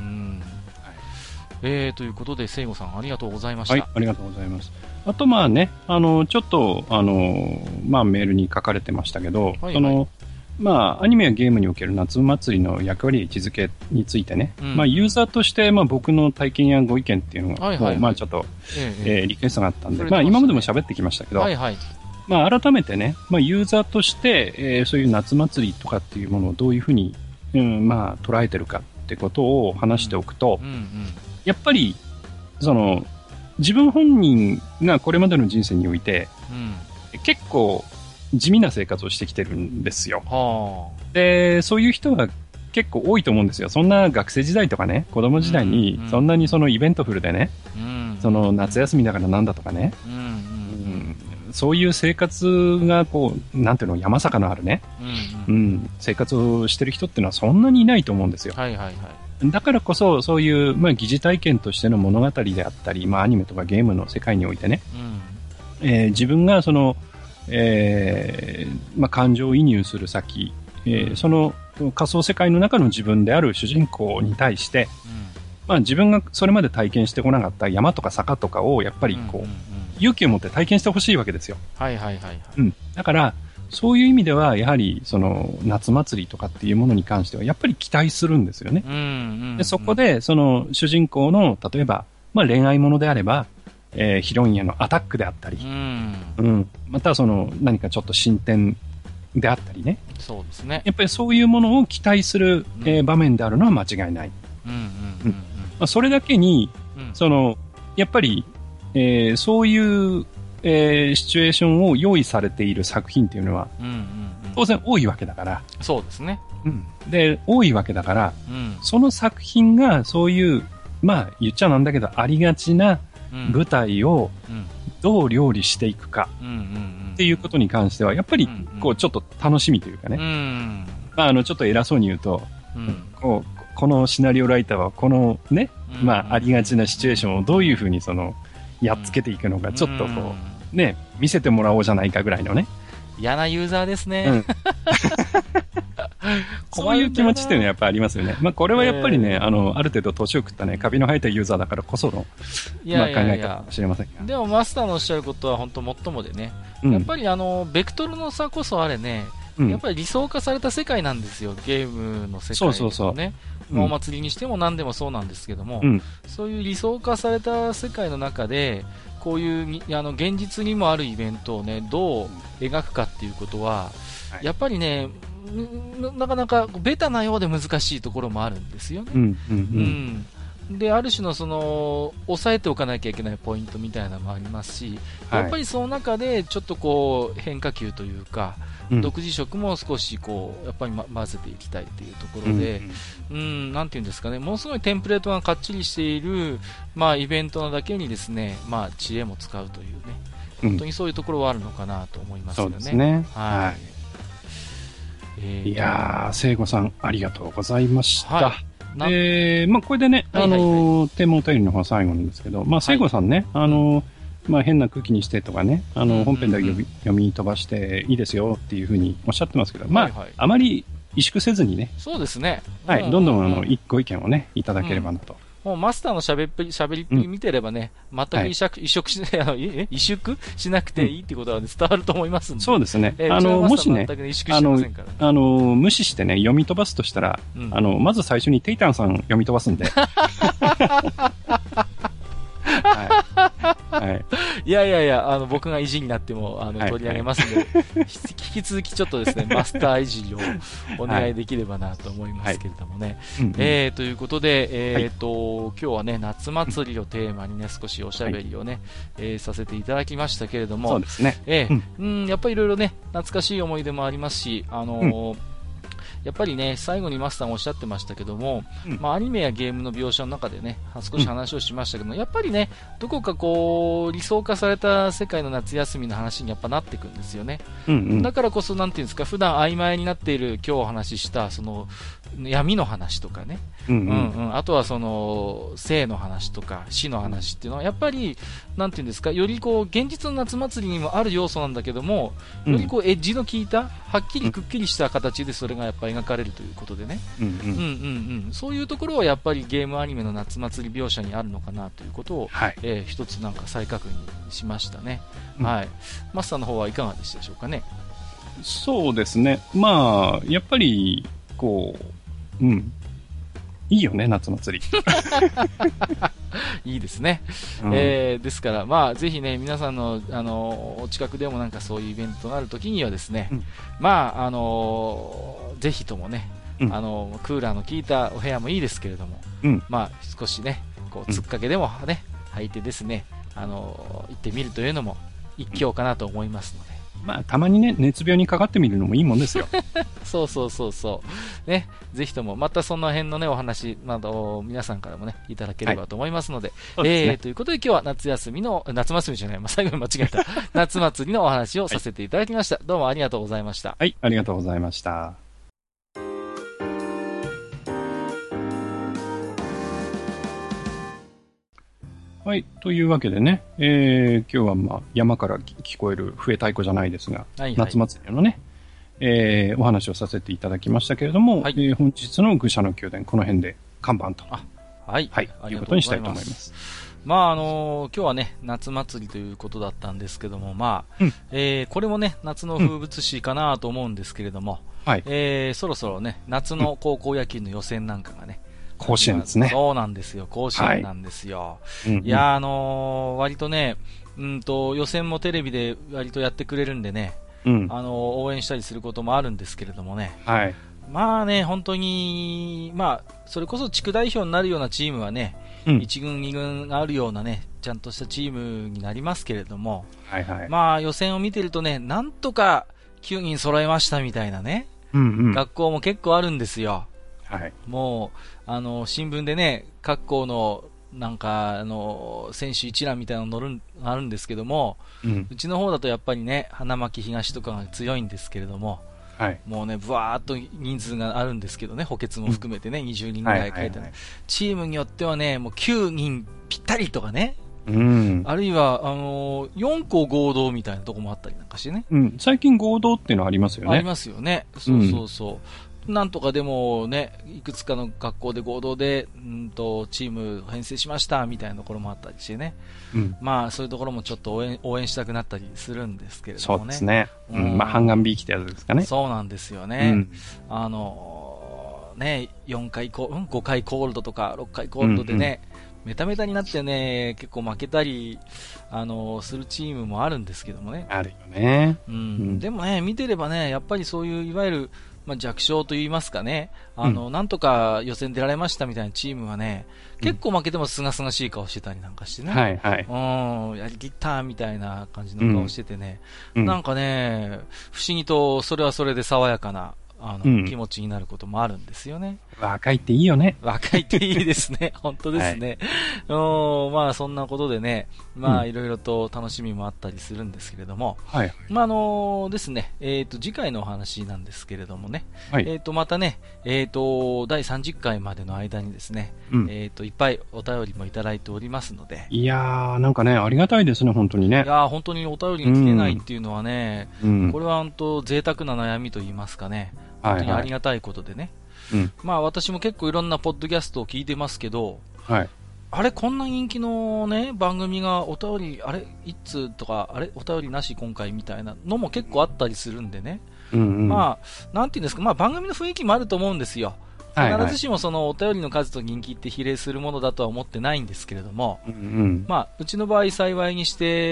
はい、えー、ということで、聖子さんありがとうございました。 はい、ありがとうございます。あとまあね、あのちょっとあの、まあ、メールに書かれてましたけど、はいはい、そのまあ、アニメやゲームにおける夏祭りの役割や位置づけについてね、うん、まあ、ユーザーとして、まあ、僕の体験やご意見っていうのが、はいはいはい、まあ、ちょっと、えええー、リクエストがあったんで、まあ、今までも喋ってきましたけど、はいはい、まあ、改めてね、まあ、ユーザーとして、えー、そういう夏祭りとかっていうものをどういうふうに、うん、まあ、捉えてるかってことを話しておくと、うんうんうん、やっぱり、その、自分本人がこれまでの人生において、うん、結構、地味な生活をしてきてるんですよ。はあ、で、そういう人が結構多いと思うんですよ。そんな学生時代とかね、子供時代にそんなにそのイベントフルでね、うん、その夏休みだからなんだとかね、うんうん、そういう生活がこう、なんていうの、山坂のあるね、うんうんうん、生活をしてる人っていうのはそんなにいないと思うんですよ。はいはいはい、だからこそ、そういう、まあ、疑似体験としての物語であったり、まあ、アニメとかゲームの世界においてね、うん、えー、自分がその、えーまあ、感情移入する先、えー、その仮想世界の中の自分である主人公に対して、うん、まあ、自分がそれまで体験してこなかった山とか坂とかをやっぱりこう、うんうんうん、勇気を持って体験してほしいわけですよ。はいはいはいはい、うん、だからそういう意味ではやはりその夏祭りとかっていうものに関してはやっぱり期待するんですよね。うんうんうん、でそこでその主人公の例えば、まあ、恋愛ものであればえー、ヒロインへのアタックであったり、うんうん、またはその何かちょっま進展であったりね、そうですね、やっぱりそういうものを期待する、うん、えー、場面であるのは間違いない。それだけに、うん、そのやっぱり、えー、そういう、えー、シチュエーションを用意されている作品っていうのは、うんうんうん、当然多いわけだから。そうですね。うん、で多いわけだから、うん、その作品がそういうまあ言っちゃなんだけどありがちな舞台をどう料理していくかっていうことに関してはやっぱりこうちょっと楽しみというかね、まあ、あのちょっと偉そうに言うと、こうこのシナリオライターはこのね、まあ、ありがちなシチュエーションをどういうふうにそのやっつけていくのかちょっとこうね見せてもらおうじゃないかぐらいのね、嫌なユーザーですね、うん、そういう気持ちっていうのはやっぱりありますよね。まあこれはやっぱりね、えー、あのある程度年を食ったねカビの生えたユーザーだからこそのいやいやいや、まあ、考え方かもしれませんが、でもマスターのおっしゃることは本当もっともでね、うん、やっぱりあのベクトルの差こそあれね、うん、やっぱり理想化された世界なんですよ、ゲームの世界、ね、そうそうそう、うん、お祭りにしても何でもそうなんですけども、うん、そういう理想化された世界の中でこういうあの現実にもあるイベントをねどう描くかっていうことは、はい、やっぱりねなかなかベタなようで難しいところもあるんですよね。うんうんうん、である種のその抑えておかなきゃいけないポイントみたいなのもありますし、はい、やっぱりその中でちょっとこう変化球というか、うん、独自色も少しこうやっぱり、ま、混ぜていきたいというところで、うん、うん、なんていうんですかね、ものすごいテンプレートがかっちりしている、まあ、イベントなだけにですね、まあ、知恵も使うというね、本当にそういうところはあるのかなと思いますよね。そうですね。はい。はい、えー、いやー、聖子さんありがとうございました。はい、えー、まあこれでね、はいはいはい、あのー、テーマお便りの方は最後なんですけど、まあ聖子さんね、はい、あのー、まあ変な空気にしてとかね、あのー、本編だけ読み、読み飛ばしていいですよっていうふうにおっしゃってますけど、まあ、はいはい、あまり萎縮せずにね、そうですね。はい、うん、どんどんあの、一個意見をね、いただければなと。うんもうマスターのしゃべっぷり、しゃべりっぷり見てればね、うん、全く移植、はい、移植しない、え萎縮しなくていいってことは、ね、伝わると思いますんで。そうですね。えー、あの、もしね、あの、あの、無視してね、読み飛ばすとしたら、うん、あの、まず最初にテイタンさん読み飛ばすんで。はいはい。 いやいやいや、あの、僕が意地になっても、あの、取り上げますので、はいはい、引き続きちょっとですね、マスターいじりをお願いできればなと思いますけれどもね。はい、えー、ということで、えーと、はい、今日はね、夏祭りをテーマにね、少しおしゃべりをね、はい、えー、させていただきましたけれども、 そうですね。 えー、うん、うん、やっぱりいろいろね、懐かしい思い出もありますし、あのー、うんやっぱりね、最後にマスターもおっしゃってましたけども、うん、まあ、アニメやゲームの描写の中でね、少し話をしましたけども、うん、やっぱりね、どこかこう、理想化された世界の夏休みの話にやっぱなっていくんですよね。うんうん、だからこそ、なんていうんですか、普段曖昧になっている今日お話しした、その、闇の話とかね、うんうんうんうん、あとはその、生の話とか死の話っていうのは、やっぱり、なんていうんですか、よりこう、現実の夏祭りにもある要素なんだけども、よりこう、エッジの効いた、はっきりくっきりした形でそれがやっぱり描かれるということでね、うんうんうんうん、そういうところはやっぱりゲームアニメの夏祭り描写にあるのかなということを、はいえー、一つなんか再確認しましたね、うん、はい。マスターの方はいかがでしたでしょうかね。 そうですね、まあやっぱりこう、うん、いいよね夏祭り。 いいですね、うんえー、ですから、まあ、ぜひね皆さんの、あのお近くでもなんかそういうイベントがあるときにはですね、うん、まああのぜひともね、うん、あのクーラーの効いたお部屋もいいですけれども、うん、まあ少しねこうつっかけでもね、うん、履いてですね、あの行ってみるというのも一興かなと思いますので。 まあ、たまにね、熱病にかかってみるのもいいもんですよ。 そうそうそうそう。ね、ぜひとも、またその辺のね、お話など、皆さんからもね、いただければと思いますので、はい、えー、ね、ということで今日は夏休みの、夏休みじゃない、まあ、最後に間違えた、夏祭りのお話をさせていただきました。はい、どうもありがとうございました。 はい、ありがとうございました。はい。というわけでね、えー、今日はまあ山から聞こえる笛太鼓じゃないですが、はいはい、夏祭りのね、えー、お話をさせていただきましたけれども、はいえー、本日の愚者の宮殿、この辺で看板と。 あはい。 はい。ということにしたいと思います。 まあ、あのー、今日はね、夏祭りということだったんですけども、まあ、うん、えー、これもね、夏の風物詩かなと思うんですけれども、うん、はい。えー、そろそろね、夏の高校野球の予選なんかがね、 甲子園ですね。 そうなんですよ。甲子園なんですよ。はいうんうん、いや、あのー、割とね、うんと、予選もテレビで割とやってくれるんでね、うん、あのー、応援したりすることもあるんですけれどもね。はい。まあね、本当に、まあ、それこそ地区代表になるようなチームはね、うん、いち軍、に軍あるようなね、ちゃんとしたチームになりますけれども、はいはい。まあ、予選を見てるとね、なんとかきゅうにん揃えましたみたいなね、うんうん、学校も結構あるんですよ。はい、もう、あの、新聞でね、各校の、なんか、あの、選手一覧みたいなの載る、あるんですけども、うん、うちの方だとやっぱりね、花巻東とかが強いんですけれども、はい、もうね、ぶわーっと人数があるんですけどね、補欠も含めてね、うん、にじゅうにんぐらい書いてある、はいはいはい。チームによってはね、もうきゅうにんぴったりとかね、うん、あるいは、あのー、よん校合同みたいなとこもあったりなんかしてね。 うん、最近合同っていうのありますよね。 ありますよね。そうそうそう。うんなんとかでもね、いくつかの学校で合同で、うんと、チーム編成しましたみたいなところもあったりしてね。うん、まあ、そういうところもちょっと応援、応援したくなったりするんですけれどもね。 そうですね。うん、まあ、半眼ビーキってやつですかね。 そうなんですよね。うん、あの、ね、よんかいコール、うん、ごかいコールドとかろっかいコールドでね、うんうんメタメタになってね、結構負けたり、あの、するチームもあるんですけどもね。 あるよね。 うん。うん、でもね、見てればね、やっぱりそういう、いわゆる、まあ、弱小と言いますかね、あの、うん、なんとか予選出られましたみたいなチームはね、結構負けてもすがすがしい顔してたりなんかしてね。はいはい。うん、やりきったみたいな感じの顔しててね、うん、なんかね、不思議とそれはそれで爽やかな、あの、うん、気持ちになることもあるんですよね。 若いっていいよね。 若いっていいですね。本当ですね。はい、まあそんなことでね、まあいろいろと楽しみもあったりするんですけれども、はい、まああのですね、えっ、ー、と次回のお話なんですけれどもね、はい、えっ、ー、とまたね、えっ、ー、とだいさんじゅっかいまでの間にですね、うん、えっ、といっぱいお便りもいただいておりますので、 いやーなんかねありがたいですね本当にね。 いやー本当にお便りに来てないっていうのはね、うん、これは本当贅沢な悩みと言いますかね。本当にありがたいことでね、はいはい、まあ私も結構いろんなポッドキャストを聞いてますけど、はい、あれこんな人気のね番組がお便りあれいつとかあれお便りなし今回みたいなのも結構あったりするんでね、うんうん、まあなんていうんですかまあ番組の雰囲気もあると思うんですよ。 必ずしもそのお便りの数と人気って比例するものだとは思ってないんですけれども、 うんうん、 まあ、うちの場合幸いにして、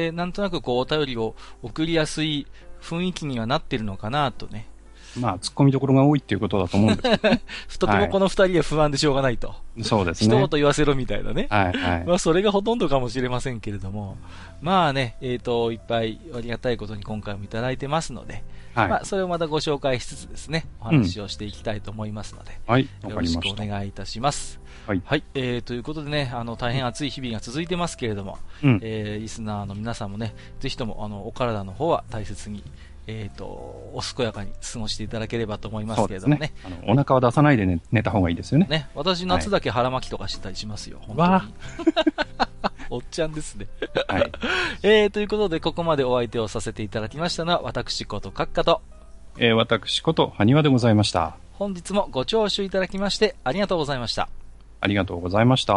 なんとなくこうお便りを送りやすい雰囲気にはなってるのかなとね。 まあ、突っ込みどころが多いっていうことだと思うんですけど、ね、 とてもこの二人は不安でしょうがないと。 そうですね。 一言言わせろみたいなね。 はいはい。 まあ、それがほとんどかもしれませんけれども。まあね、えっと、いっぱいありがたいことに今回もいただいてますので、はい、まあ、それをまたご紹介しつつですね、お話をしていきたいと思いますので、 うん、はい、 よろしくお願いいたします。はい。はい。えー、ということでね、あの、大変暑い日々が続いてますけれども、うん、えー、リスナーの皆さんもね、ぜひとも、あの、お体の方は大切に、えっと、お健やかに過ごしていただければと思いますけれどもね。 そうですね。あの、お腹は出さないで、ね、寝た方がいいですよね。 ね。私、夏だけ腹巻きとかしてたりしますよ。はい、本当に。わおっちゃんですね。はい。えー、ということで、ここまでお相手をさせていただきましたのは、私こと閣下と、 えー、私こと埴輪でございました。 本日もご聴取いただきまして、ありがとうございました。 ありがとうございました。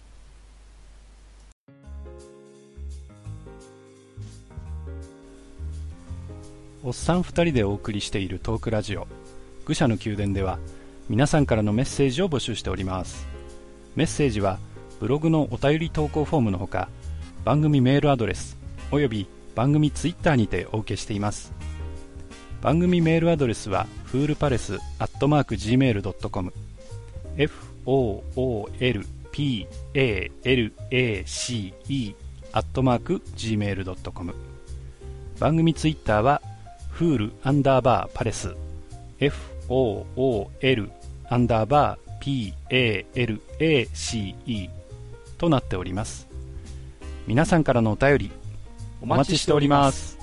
おっさん二人でお送りしているトークラジオ愚者の宮殿では皆さんからのメッセージを募集しております。メッセージはブログのお便り投稿フォームのほか、番組メールアドレスおよび番組ツイッターにてお受けしています。番組メールアドレスはフールパレスアットマーク ジーメールドットコム フ オー オー エル ピー エー エル エー シー イー アットマーク ジーメールドットコム。 番組ツイッターはフールアンダーバーパレス エフ オー オー エル アンダーバー ピー エー エル エー シー イー となっております。皆さんからのお便りお待ちしております。